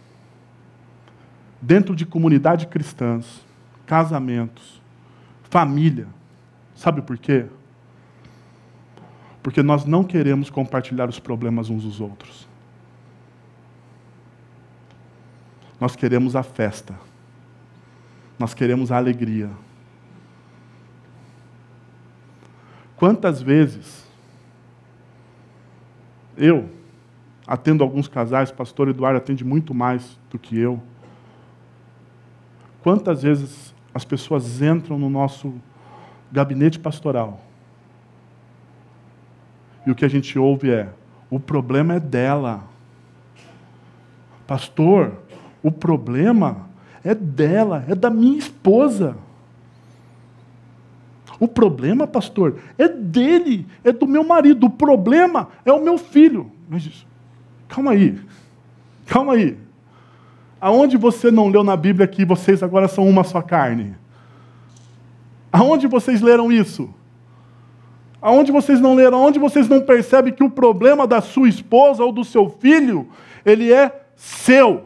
dentro de comunidades cristãs, casamentos, família. Sabe por quê? Porque nós não queremos compartilhar os problemas uns dos outros. Nós queremos a festa. Nós queremos a alegria. Quantas vezes eu atendo alguns casais, pastor Eduardo atende muito mais do que eu. Quantas vezes as pessoas entram no nosso gabinete pastoral e o que a gente ouve é: o problema é dela. Pastor, o problema é dela, é da minha esposa. O problema, pastor, é dele, é do meu marido. O problema é o meu filho. Mas, calma aí, calma aí. Aonde você não leu na Bíblia que vocês agora são uma só carne? Aonde vocês leram isso? Aonde vocês não leram? Aonde vocês não percebem que o problema da sua esposa ou do seu filho, ele é seu?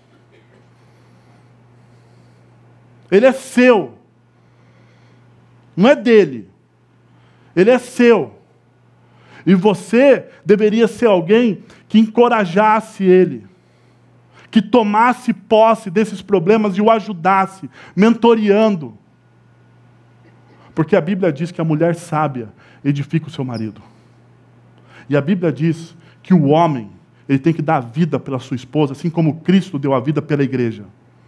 Ele é seu. Não é dele. Ele é seu. E você deveria ser alguém que encorajasse ele, que tomasse posse desses problemas e o ajudasse, mentoreando. Porque a Bíblia diz que a mulher sábia edifica o seu marido. E a Bíblia diz que o homem, ele tem que dar a vida pela sua esposa, assim como Cristo deu a vida pela igreja.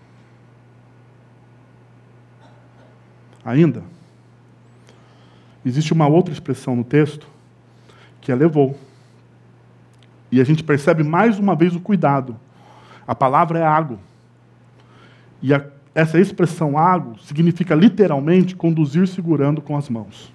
Ainda, existe uma outra expressão no texto, que é levou. E a gente percebe mais uma vez o cuidado. A palavra é água. E a, essa expressão água significa literalmente conduzir segurando com as mãos.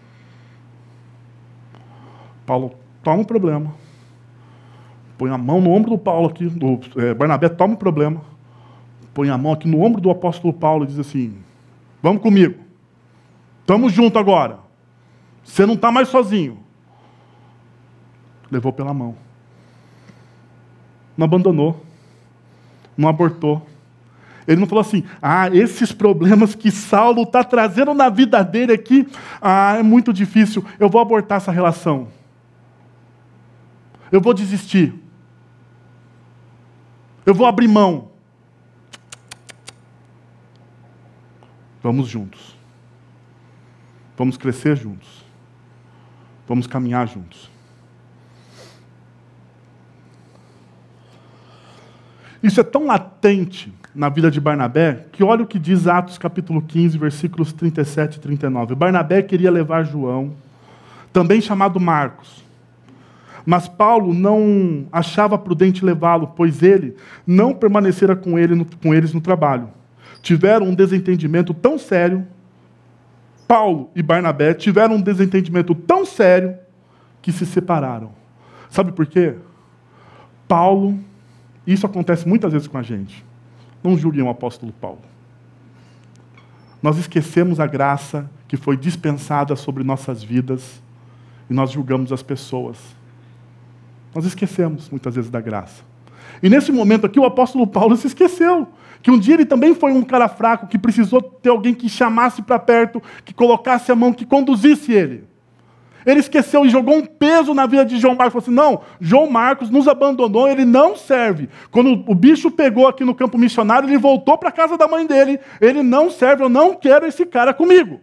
Paulo toma um problema, põe a mão no ombro do Paulo aqui, do é, Barnabé toma um problema, põe a mão aqui no ombro do apóstolo Paulo e diz assim: vamos comigo, estamos juntos agora, você não está mais sozinho. Levou pela mão. Não abandonou, não abortou. Ele não falou assim: ah, esses problemas que Saulo está trazendo na vida dele aqui, ah, é muito difícil, eu vou abortar essa relação. Eu vou desistir. Eu vou abrir mão. Vamos juntos. Vamos crescer juntos. Vamos caminhar juntos. Isso é tão latente na vida de Barnabé, que olha o que diz Atos capítulo quinze, versículos trinta e sete e trinta e nove. Barnabé queria levar João, também chamado Marcos, mas Paulo não achava prudente levá-lo, pois ele não permanecera com, ele no, com eles no trabalho. Tiveram um desentendimento tão sério, Paulo e Barnabé tiveram um desentendimento tão sério, que se separaram. Sabe por quê? Paulo, isso acontece muitas vezes com a gente. Não julguem o apóstolo Paulo. Nós esquecemos a graça que foi dispensada sobre nossas vidas e nós julgamos as pessoas. Nós esquecemos muitas vezes da graça. E nesse momento aqui o apóstolo Paulo se esqueceu que um dia ele também foi um cara fraco, que precisou ter alguém que chamasse para perto, que colocasse a mão, que conduzisse ele. Ele esqueceu e jogou um peso na vida de João Marcos. Falou assim: não, João Marcos nos abandonou, ele não serve. Quando o bicho pegou aqui no campo missionário, ele voltou para a casa da mãe dele. Ele não serve, eu não quero esse cara comigo.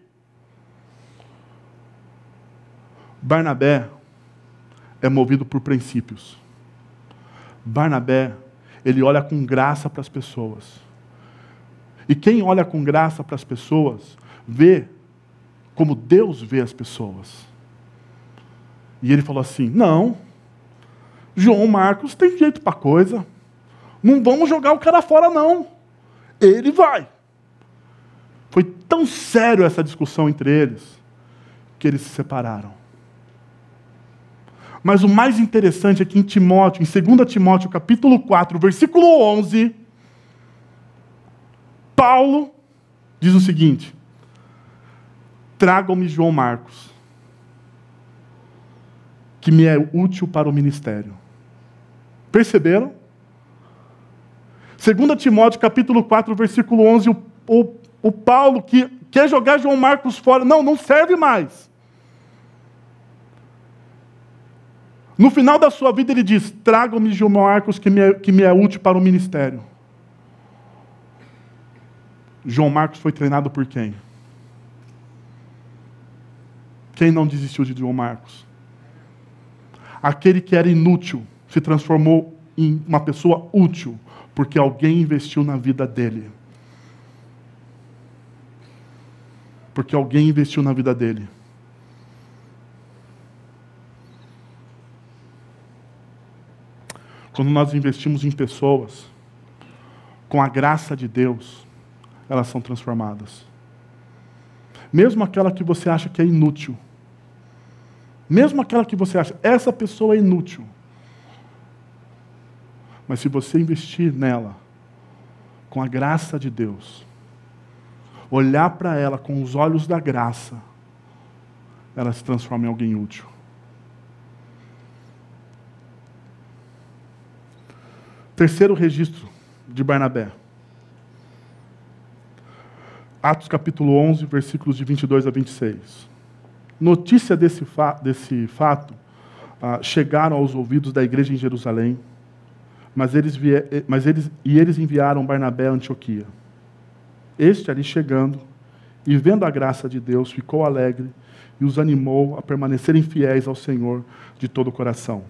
Barnabé é movido por princípios. Barnabé, ele olha com graça para as pessoas. E quem olha com graça para as pessoas, vê como Deus vê as pessoas. E ele falou assim: não, João Marcos tem jeito para coisa. Não vamos jogar o cara fora, não. Ele vai. Foi tão sério essa discussão entre eles, que eles se separaram. Mas o mais interessante é que em Timóteo, em dois Timóteo, capítulo quatro, versículo onze, Paulo diz o seguinte: tragam-me João Marcos, que me é útil para o ministério. Perceberam? dois Timóteo, capítulo quatro, versículo onze, o, o, o Paulo que quer jogar João Marcos fora. Não, não serve mais. No final da sua vida ele diz, tragam-me João Marcos que me, é, que me é útil para o ministério. João Marcos foi treinado por quem? Quem não desistiu de João Marcos? Aquele que era inútil se transformou em uma pessoa útil, porque alguém investiu na vida dele. Porque alguém investiu na vida dele. Quando nós investimos em pessoas, com a graça de Deus, elas são transformadas. Mesmo aquela que você acha que é inútil. Mesmo aquela que você acha, essa pessoa é inútil. Mas se você investir nela, com a graça de Deus, olhar para ela com os olhos da graça, ela se transforma em alguém útil. Terceiro registro de Barnabé. Atos capítulo onze, versículos de vinte e dois a vinte e seis. Notícia desse, fa- desse fato ah, chegaram aos ouvidos da igreja em Jerusalém, mas eles, vie- mas eles, e eles enviaram Barnabé a Antioquia. Este ali chegando, e vendo a graça de Deus, ficou alegre e os animou a permanecerem fiéis ao Senhor de todo o coração.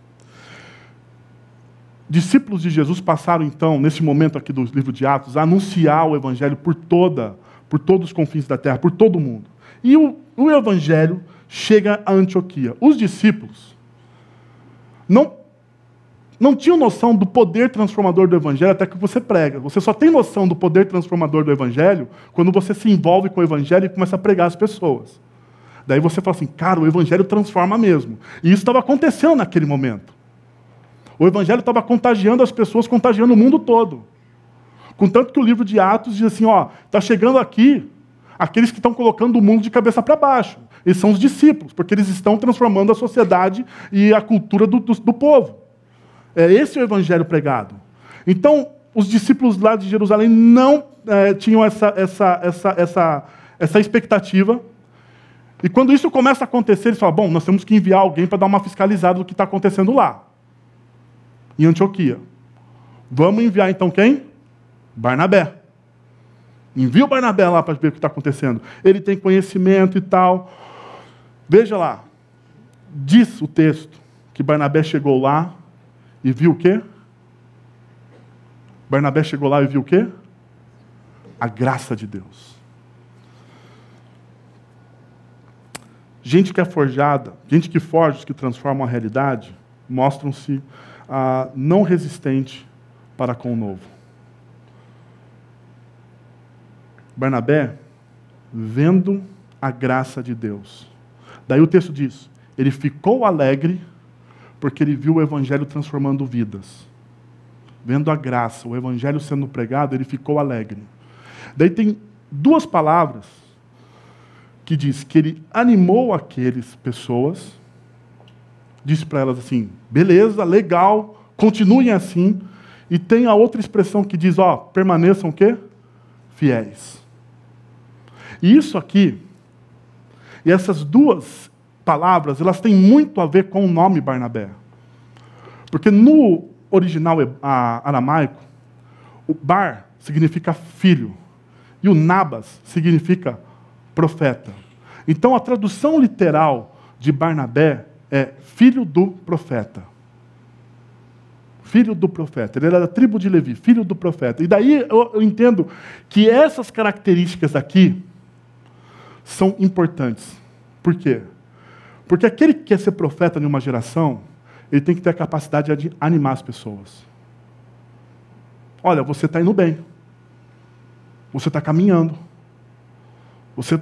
Discípulos de Jesus passaram, então, nesse momento aqui do livro de Atos, a anunciar o Evangelho por toda, por todos os confins da terra, por todo o mundo. E o, o Evangelho chega a Antioquia. Os discípulos não, não tinham noção do poder transformador do Evangelho até que você prega. Você só tem noção do poder transformador do Evangelho quando você se envolve com o Evangelho e começa a pregar às pessoas. Daí você fala assim, cara, o Evangelho transforma mesmo. E isso estava acontecendo naquele momento. O Evangelho estava contagiando as pessoas, contagiando o mundo todo. Contanto que o livro de Atos diz assim, ó, está chegando aqui aqueles que estão colocando o mundo de cabeça para baixo. Eles são os discípulos, porque eles estão transformando a sociedade e a cultura do, do, do povo. É esse o Evangelho pregado. Então, os discípulos lá de Jerusalém não é, tinham essa, essa, essa, essa, essa expectativa. E quando isso começa a acontecer, eles falam, bom, nós temos que enviar alguém para dar uma fiscalizada do que está acontecendo lá. Em Antioquia. Vamos enviar então quem? Barnabé. Envia o Barnabé lá para ver o que está acontecendo. Ele tem conhecimento e tal. Veja lá. Diz o texto que Barnabé chegou lá e viu o quê? Barnabé chegou lá e viu o quê? A graça de Deus. Gente que é forjada, gente que forja, que transforma a realidade, mostram-se ah, não resistentes para com o novo. Barnabé, vendo a graça de Deus. Daí o texto diz, ele ficou alegre porque ele viu o Evangelho transformando vidas. Vendo a graça, o Evangelho sendo pregado, ele ficou alegre. Daí tem duas palavras que diz que ele animou aquelas pessoas, disse para elas assim, beleza, legal, continuem assim. E tem a outra expressão que diz, ó, permaneçam o quê? Fiéis. E isso aqui, e essas duas palavras, elas têm muito a ver com o nome Barnabé. Porque no original aramaico, o bar significa filho, e o nabas significa profeta. Então a tradução literal de Barnabé é filho do profeta. Filho do profeta. Ele era da tribo de Levi, filho do profeta. E daí eu, eu entendo que essas características aqui são importantes. Por quê? Porque aquele que quer ser profeta em uma geração, ele tem que ter a capacidade de animar as pessoas. Olha, você está indo bem. Você está caminhando. Você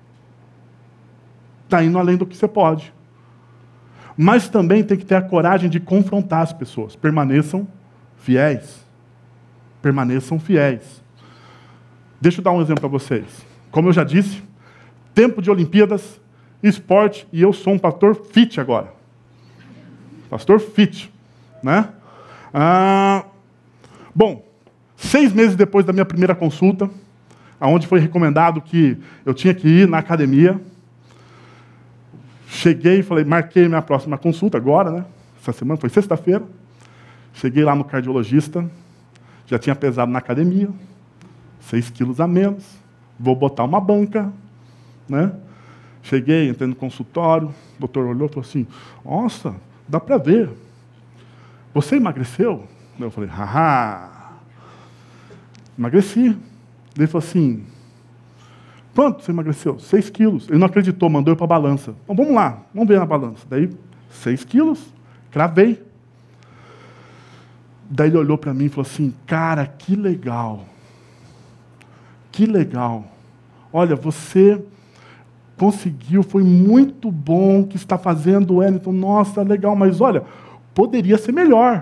está indo além do que você pode. Mas também tem que ter a coragem de confrontar as pessoas. Permaneçam fiéis. Permaneçam fiéis. Deixa eu dar um exemplo para vocês. Como eu já disse, tempo de Olimpíadas, esporte, e eu sou um pastor fit agora. Pastor fit, né? Ah, bom, seis meses depois da minha primeira consulta, onde foi recomendado que eu tinha que ir na academia, cheguei e falei, marquei minha próxima consulta agora, né? Essa semana, foi sexta-feira. Cheguei lá no cardiologista, já tinha pesado na academia, seis quilos a menos, vou botar uma banca, né? Cheguei, entrei no consultório, o doutor olhou e falou assim, nossa, dá para ver. Você emagreceu? Eu falei, haha, emagreci. Ele falou assim, quanto você emagreceu? Seis quilos. Ele não acreditou, mandou eu para a balança. Então, vamos lá, vamos ver na balança. Daí, seis quilos, cravei. Daí ele olhou para mim e falou assim, cara, que legal. Que legal. Olha, você conseguiu, foi muito bom o que está fazendo, Wellington. Nossa, legal, mas olha, poderia ser melhor.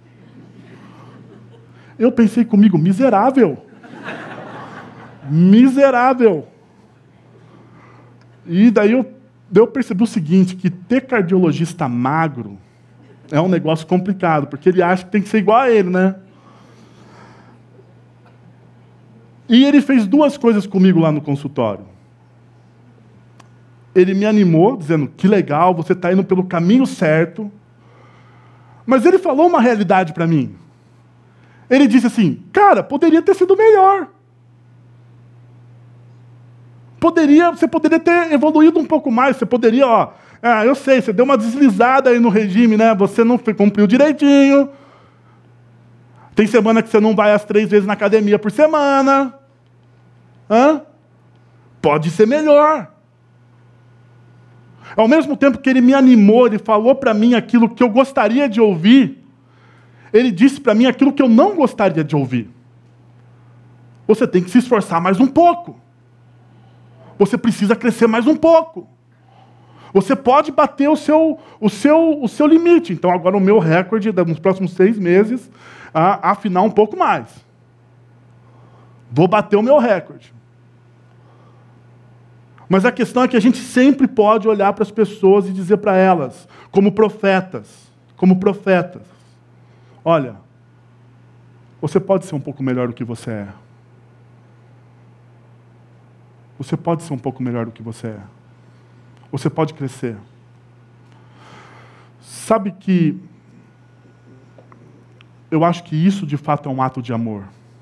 Eu pensei comigo, miserável. Miserável. E daí eu, daí eu percebi o seguinte, que ter cardiologista magro é um negócio complicado, porque ele acha que tem que ser igual a ele, né? E ele fez duas coisas comigo lá no consultório. Ele me animou, dizendo, que legal, você está indo pelo caminho certo. Mas ele falou uma realidade para mim. Ele disse assim, cara, poderia ter sido melhor. Poderia, você poderia ter evoluído um pouco mais, você poderia, ó, ah, eu sei, você deu uma deslizada aí no regime, né? Você não cumpriu direitinho. Tem semana que você não vai às três vezes na academia por semana. Hã? Pode ser melhor. Ao mesmo tempo que ele me animou, ele falou para mim aquilo que eu gostaria de ouvir, ele disse para mim aquilo que eu não gostaria de ouvir. Você tem que se esforçar mais um pouco. Você precisa crescer mais um pouco. Você pode bater o seu, o seu, o seu limite. Então, agora o meu recorde, nos próximos seis meses, a afinar um pouco mais. Vou bater o meu recorde. Mas a questão é que a gente sempre pode olhar para as pessoas e dizer para elas, como profetas, como profetas, olha, você pode ser um pouco melhor do que você é. Você pode ser um pouco melhor do que você é. Você pode crescer. Sabe que eu acho que isso de fato é um ato de amor.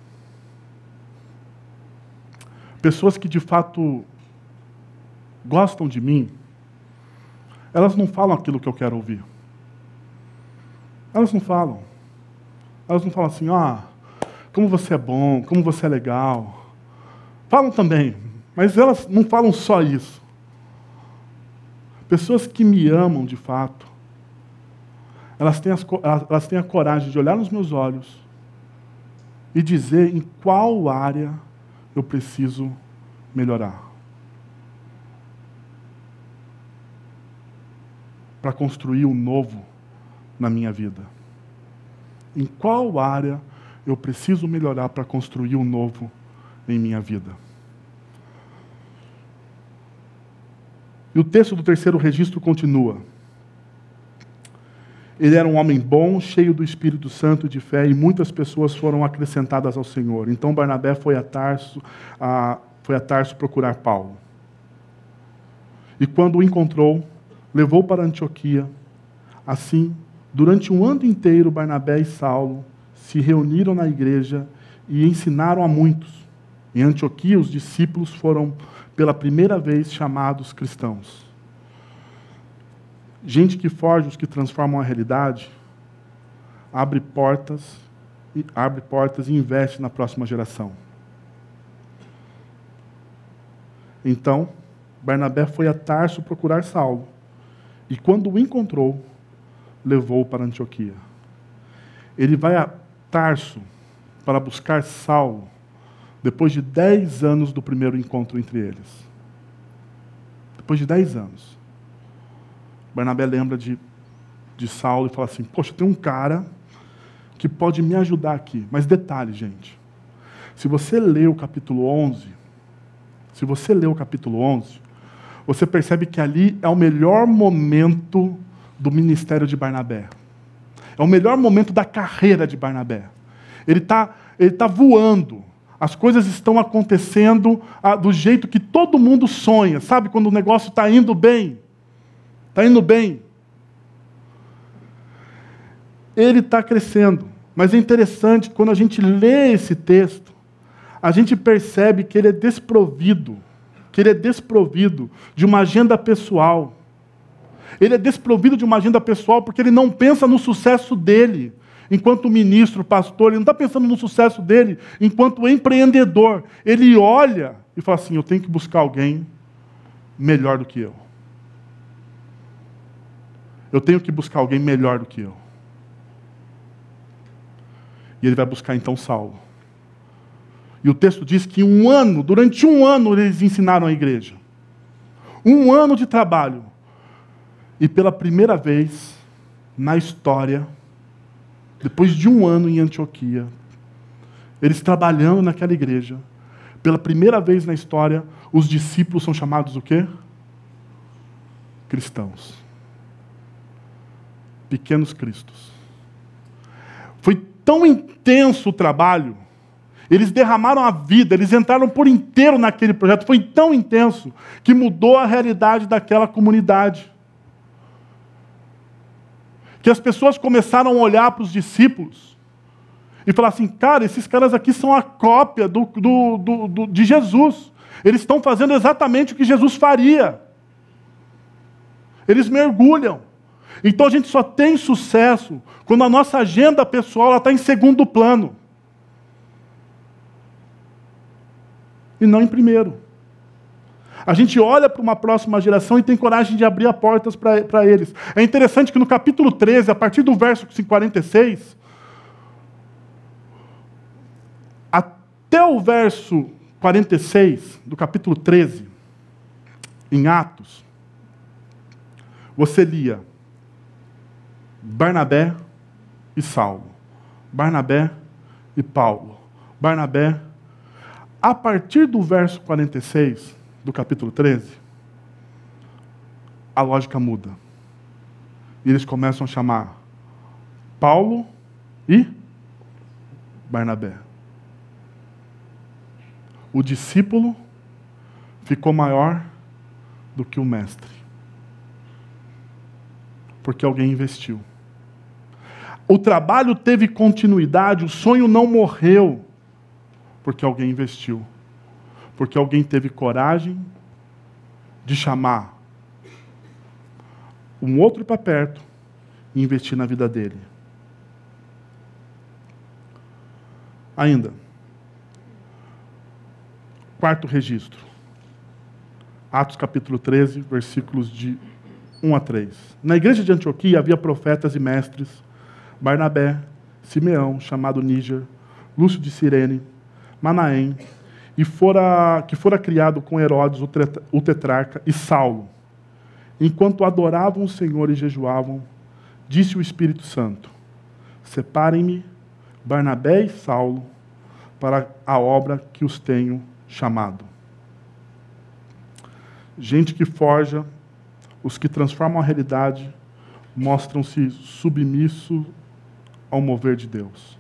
Pessoas que de fato gostam de mim, elas não falam aquilo que eu quero ouvir. Elas não falam. Elas não falam assim, ah, como você é bom, como você é legal. Falam também, mas elas não falam só isso. Pessoas que me amam de fato, elas têm, as, elas têm a coragem de olhar nos meus olhos e dizer em qual área eu preciso melhorar. Para construir o novo na minha vida. Em qual área eu preciso melhorar para construir o novo em minha vida? E o texto do terceiro registro continua. Ele era um homem bom, cheio do Espírito Santo e de fé, e muitas pessoas foram acrescentadas ao Senhor. Então Barnabé foi a Tarso, a, foi a Tarso procurar Paulo. E quando o encontrou, levou para Antioquia. Assim, durante um ano inteiro, Barnabé e Saulo se reuniram na igreja e ensinaram a muitos. Em Antioquia, os discípulos foram, pela primeira vez, chamados cristãos. Gente que forja os que transformam a realidade, abre portas, e abre portas e investe na próxima geração. Então, Barnabé foi a Tarso procurar Saulo. E quando o encontrou, levou para Antioquia. Ele vai a Tarso para buscar Saulo, depois de dez anos do primeiro encontro entre eles. Depois de dez anos. Barnabé lembra de, de Saulo e fala assim, poxa, tem um cara que pode me ajudar aqui. Mas detalhe, gente. Se você ler o capítulo onze, se você ler o capítulo onze, você percebe que ali é o melhor momento do ministério de Barnabé. É o melhor momento da carreira de Barnabé. Ele está ele tá voando. As coisas estão acontecendo ah, do jeito que todo mundo sonha. Sabe quando o negócio está indo bem? Está indo bem. Ele está crescendo. Mas é interessante, quando a gente lê esse texto, a gente percebe que ele é desprovido, que ele é desprovido de uma agenda pessoal. Ele é desprovido de uma agenda pessoal porque ele não pensa no sucesso dele enquanto ministro, pastor, ele não está pensando no sucesso dele enquanto empreendedor. Ele olha e fala assim, eu tenho que buscar alguém melhor do que eu. Eu tenho que buscar alguém melhor do que eu. E ele vai buscar então Saulo. E o texto diz que um ano, durante um ano, eles ensinaram a igreja. Um ano de trabalho. E pela primeira vez na história, depois de um ano em Antioquia, eles trabalhando naquela igreja, pela primeira vez na história, os discípulos são chamados o quê? Cristãos. Pequenos cristos. Foi tão intenso o trabalho, eles derramaram a vida, eles entraram por inteiro naquele projeto, foi tão intenso, que mudou a realidade daquela comunidade. Que as pessoas começaram a olhar para os discípulos e falar assim, cara, esses caras aqui são a cópia do, do, do, do, de Jesus. Eles estão fazendo exatamente o que Jesus faria. Eles mergulham. Então a gente só tem sucesso quando a nossa agenda pessoal está em segundo plano. E não em primeiro. A gente olha para uma próxima geração e tem coragem de abrir as portas para eles. É interessante que no capítulo treze, a partir do verso quarenta e seis, até o verso quarenta e seis do capítulo treze, em Atos, você lia Barnabé e Saulo, Barnabé e Paulo, Barnabé. A partir do verso quarenta e seis, do capítulo treze, a lógica muda. E eles começam a chamar Paulo e Barnabé. O discípulo ficou maior do que o mestre. Porque alguém investiu. O trabalho teve continuidade, o sonho não morreu, porque alguém investiu. Porque alguém teve coragem de chamar um outro para perto e investir na vida dele. Ainda. Quarto registro. Atos capítulo treze, versículos de um a três. Na igreja de Antioquia havia profetas e mestres, Barnabé, Simeão, chamado Níger, Lúcio de Cirene, Manaém, e fora, que fora criado com Herodes, o tetrarca, e Saulo. Enquanto adoravam o Senhor e jejuavam, disse o Espírito Santo, separem-me, Barnabé e Saulo, para a obra que os tenho chamado. Gente que forja, os que transformam a realidade, mostram-se submissos ao mover de Deus.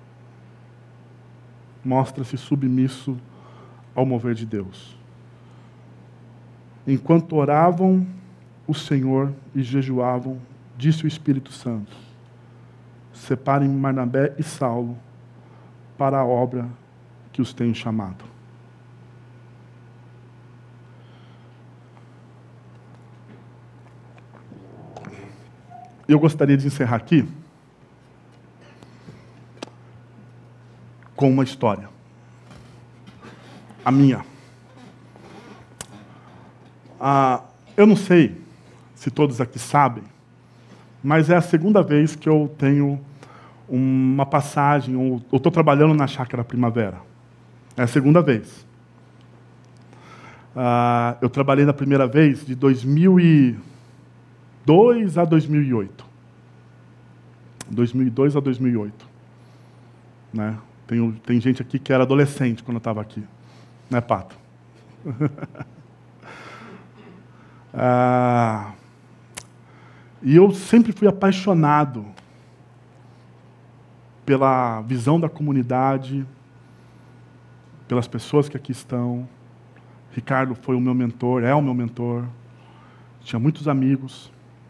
Mostra-se submisso ao mover de Deus. Enquanto oravam o Senhor e jejuavam, disse o Espírito Santo, separem Barnabé e Saulo para a obra que os tenho chamado. Eu gostaria de encerrar aqui com uma história. A minha. Ah, eu não sei se todos aqui sabem, mas é a segunda vez que eu tenho uma passagem, ou estou trabalhando na Chácara Primavera. É a segunda vez. Uh, eu trabalhei na primeira vez de dois mil e dois a dois mil e oito. dois mil e dois a dois mil e oito. Né? Tem, tem gente aqui que era adolescente quando eu estava aqui. Né, Pato? ah, e eu sempre fui apaixonado pela visão da comunidade, pelas pessoas que aqui estão. Ricardo foi o meu mentor, é o meu mentor. Tinha muitos amigos.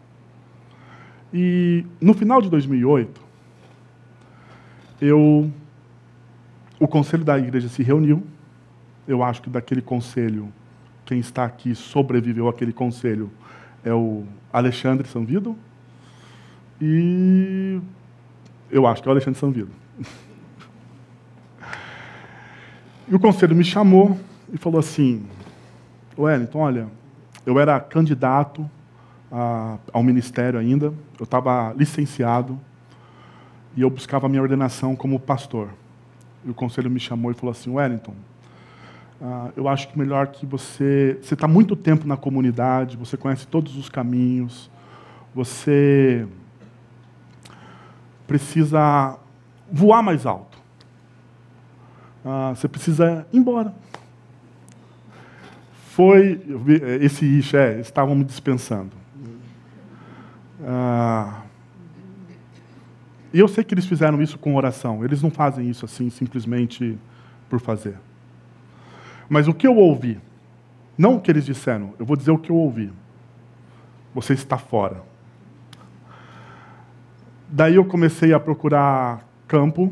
E no final de dois mil e oito, eu, o conselho da igreja se reuniu. Eu acho que daquele conselho, quem está aqui sobreviveu àquele conselho é o Alexandre Sanvido. E eu acho que é o Alexandre Sanvido. E o conselho me chamou e falou assim: Wellington, olha, eu era candidato a, ao ministério ainda, eu estava licenciado e eu buscava a minha ordenação como pastor. E o conselho me chamou e falou assim: Wellington, uh, eu acho que melhor que você... Você está muito tempo na comunidade, você conhece todos os caminhos, você precisa voar mais alto. Uh, você precisa ir embora. Foi... Eu vi, esse ixi, é, estavam me dispensando. Uh, e eu sei que eles fizeram isso com oração. Eles não fazem isso assim, simplesmente por fazer. Mas o que eu ouvi, não o que eles disseram, eu vou dizer o que eu ouvi. Você está fora. Daí eu comecei a procurar campo.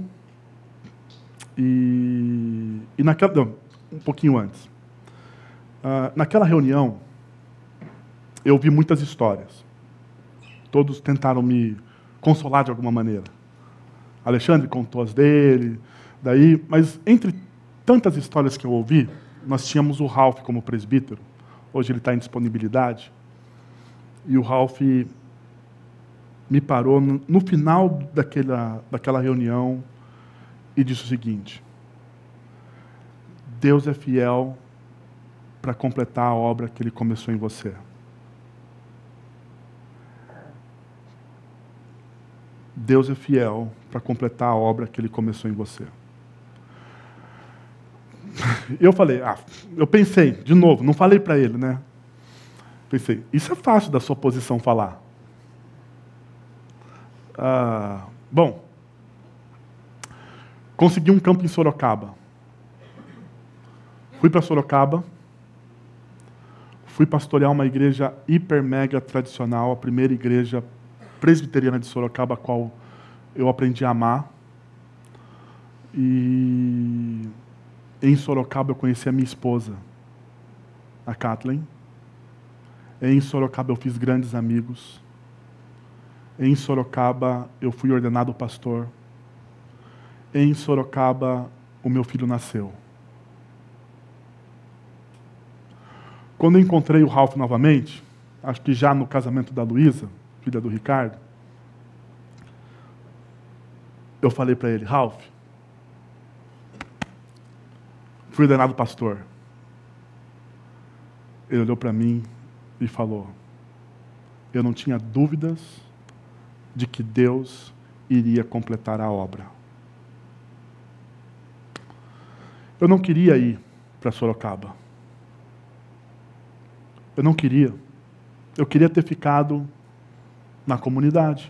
E, e naquela... Não, um pouquinho antes. Uh, naquela reunião, eu ouvi muitas histórias. Todos tentaram me consolar de alguma maneira. Alexandre contou as dele, daí, mas entre tantas histórias que eu ouvi, nós tínhamos o Ralph como presbítero. Hoje ele está em disponibilidade. E o Ralph me parou no, no final daquela, daquela reunião e disse o seguinte: Deus é fiel para completar a obra que Ele começou em você. Deus é fiel para completar a obra que Ele começou em você. Eu falei, ah, eu pensei, de novo, não falei para ele, né? Pensei, isso é fácil da sua posição falar. Ah, bom, consegui um campo em Sorocaba. Fui para Sorocaba, fui pastorear uma igreja hiper mega tradicional, a primeira igreja presbiteriana de Sorocaba, a qual eu aprendi a amar. E em Sorocaba eu conheci a minha esposa, a Kathleen. Em Sorocaba eu fiz grandes amigos. Em Sorocaba eu fui ordenado pastor. Em Sorocaba o meu filho nasceu. Quando eu encontrei o Ralph novamente, acho que já no casamento da Luísa, filha do Ricardo, eu falei para ele, Ralph, fui ordenado pastor. Ele olhou para mim e falou, eu não tinha dúvidas de que Deus iria completar a obra. Eu não queria ir para Sorocaba. Eu não queria. Eu queria ter ficado na comunidade.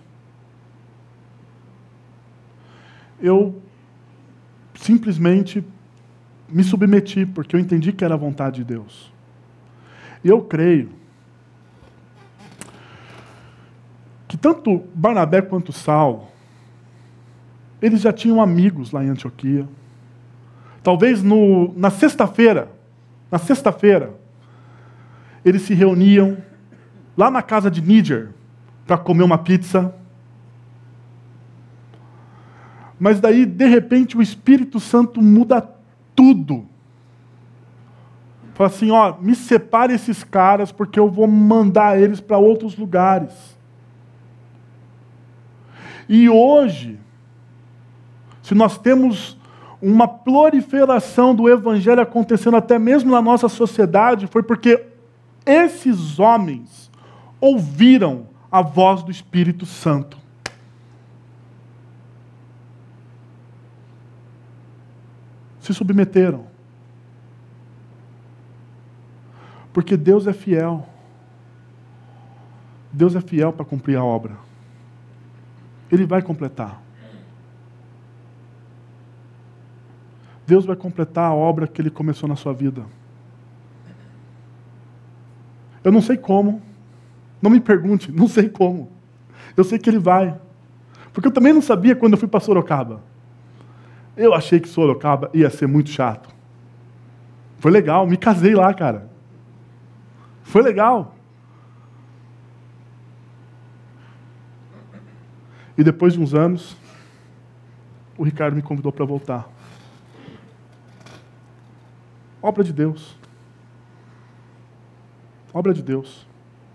Eu simplesmente me submeti, porque eu entendi que era a vontade de Deus. E eu creio que tanto Barnabé quanto Saulo, eles já tinham amigos lá em Antioquia. Talvez no, na sexta-feira, na sexta-feira, eles se reuniam lá na casa de Níger para comer uma pizza. Mas daí, de repente, o Espírito Santo muda tudo. Fala assim, ó, me separe esses caras porque eu vou mandar eles para outros lugares. E hoje, se nós temos uma proliferação do evangelho acontecendo até mesmo na nossa sociedade, foi porque esses homens ouviram a voz do Espírito Santo. Se submeteram. Porque Deus é fiel. Deus é fiel para cumprir a obra. Ele vai completar. Deus vai completar a obra que Ele começou na sua vida. Eu não sei como. Não me pergunte, não sei como. Eu sei que Ele vai. Porque eu também não sabia quando eu fui para Sorocaba. Eu achei que Sorocaba ia ser muito chato. Foi legal, me casei lá, cara. Foi legal. E depois de uns anos, o Ricardo me convidou para voltar. Obra de Deus. Obra de Deus.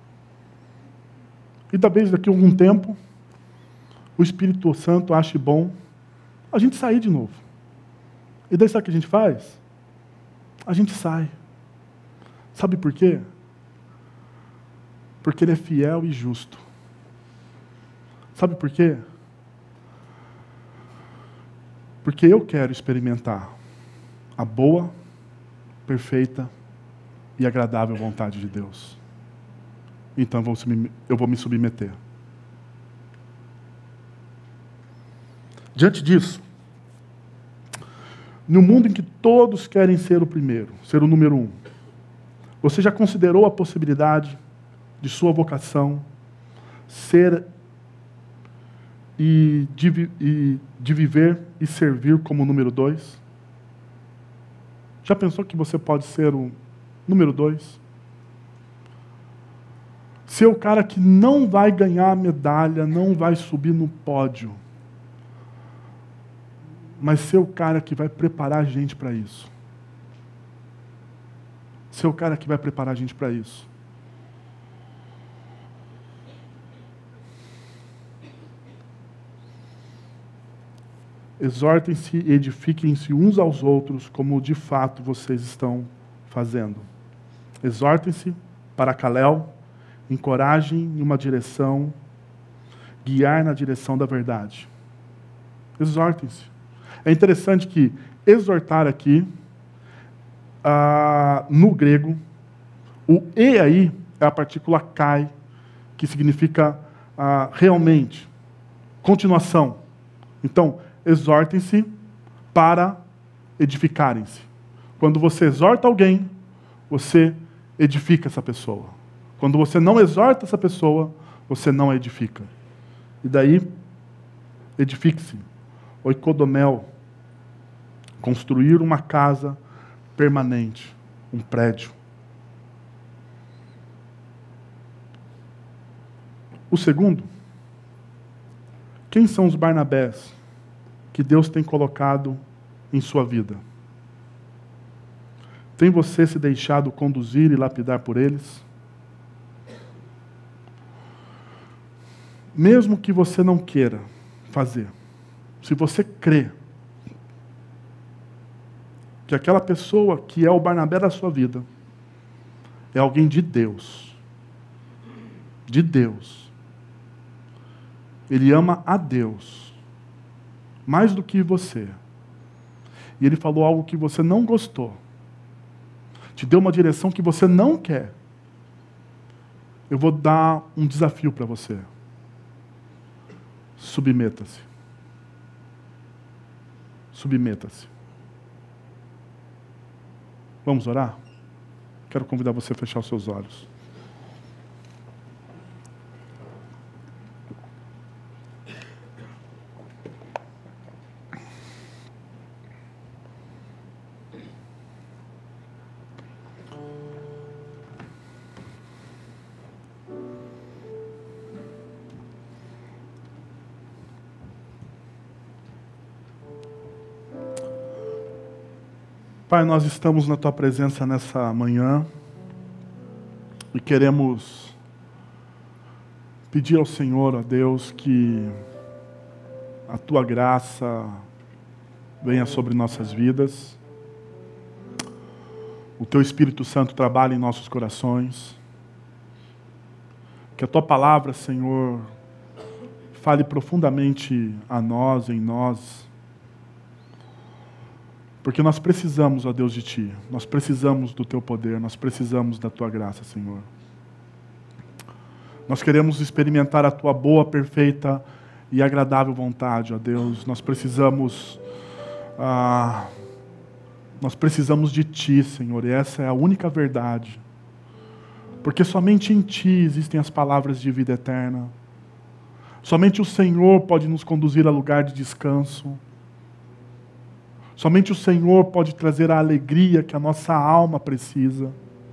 E talvez daqui a algum tempo, o Espírito Santo ache bom a gente sair de novo. E daí sabe o que a gente faz? A gente sai. Sabe por quê? Porque Ele é fiel e justo. Sabe por quê? Porque eu quero experimentar a boa, perfeita e agradável vontade de Deus. Então eu vou me submeter. Diante disso, no mundo em que todos querem ser o primeiro, ser o número um, você já considerou a possibilidade de sua vocação ser e de, e de viver e servir como número dois? Já pensou que você pode ser o número dois? Ser o cara que não vai ganhar a medalha, não vai subir no pódio, mas ser o cara que vai preparar a gente para isso. Ser o cara que vai preparar a gente para isso. Exortem-se e edifiquem-se uns aos outros, como de fato vocês estão fazendo. Exortem-se para Caléu, encorajem em uma direção, guiar na direção da verdade. Exortem-se. É interessante que exortar aqui, ah, no grego, o e aí é a partícula kai, que significa ah, realmente, continuação. Então, exortem-se para edificarem-se. Quando você exorta alguém, você edifica essa pessoa. Quando você não exorta essa pessoa, você não a edifica. E daí, edifique-se. Oikodomel, construir uma casa permanente, um prédio. O segundo, quem são os Barnabés que Deus tem colocado em sua vida? Tem você se deixado conduzir e lapidar por eles? Mesmo que você não queira fazer, se você crê que aquela pessoa que é o Barnabé da sua vida é alguém de Deus, de Deus, ele ama a Deus mais do que você, e ele falou algo que você não gostou, te deu uma direção que você não quer, eu vou dar um desafio para você. Submeta-se. Submeta-se. Vamos orar? Quero convidar você a fechar os seus olhos. Pai, nós estamos na Tua presença nessa manhã e queremos pedir ao Senhor, ó Deus, que a Tua graça venha sobre nossas vidas. O Teu Espírito Santo trabalhe em nossos corações. Que a Tua palavra, Senhor, fale profundamente a nós, em nós. Porque nós precisamos, ó Deus, de Ti. Nós precisamos do Teu poder, nós precisamos da Tua graça, Senhor. Nós queremos experimentar a Tua boa, perfeita e agradável vontade, ó Deus. Nós precisamos... Ah, nós precisamos de Ti, Senhor, e essa é a única verdade. Porque somente em Ti existem as palavras de vida eterna. Somente o Senhor pode nos conduzir a lugar de descanso. Somente o Senhor pode trazer a alegria que a nossa alma precisa.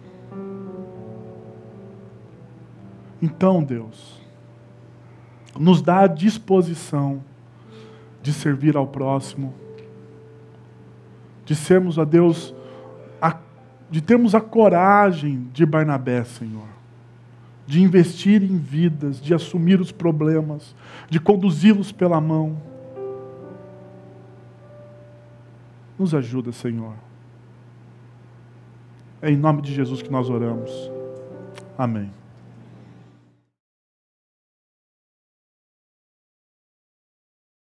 Então, Deus, nos dá a disposição de servir ao próximo, de sermos, ó Deus, a, de termos a coragem de Barnabé, Senhor, de investir em vidas, de assumir os problemas, de conduzi-los pela mão. Nos ajuda, Senhor. É em nome de Jesus que nós oramos. Amém.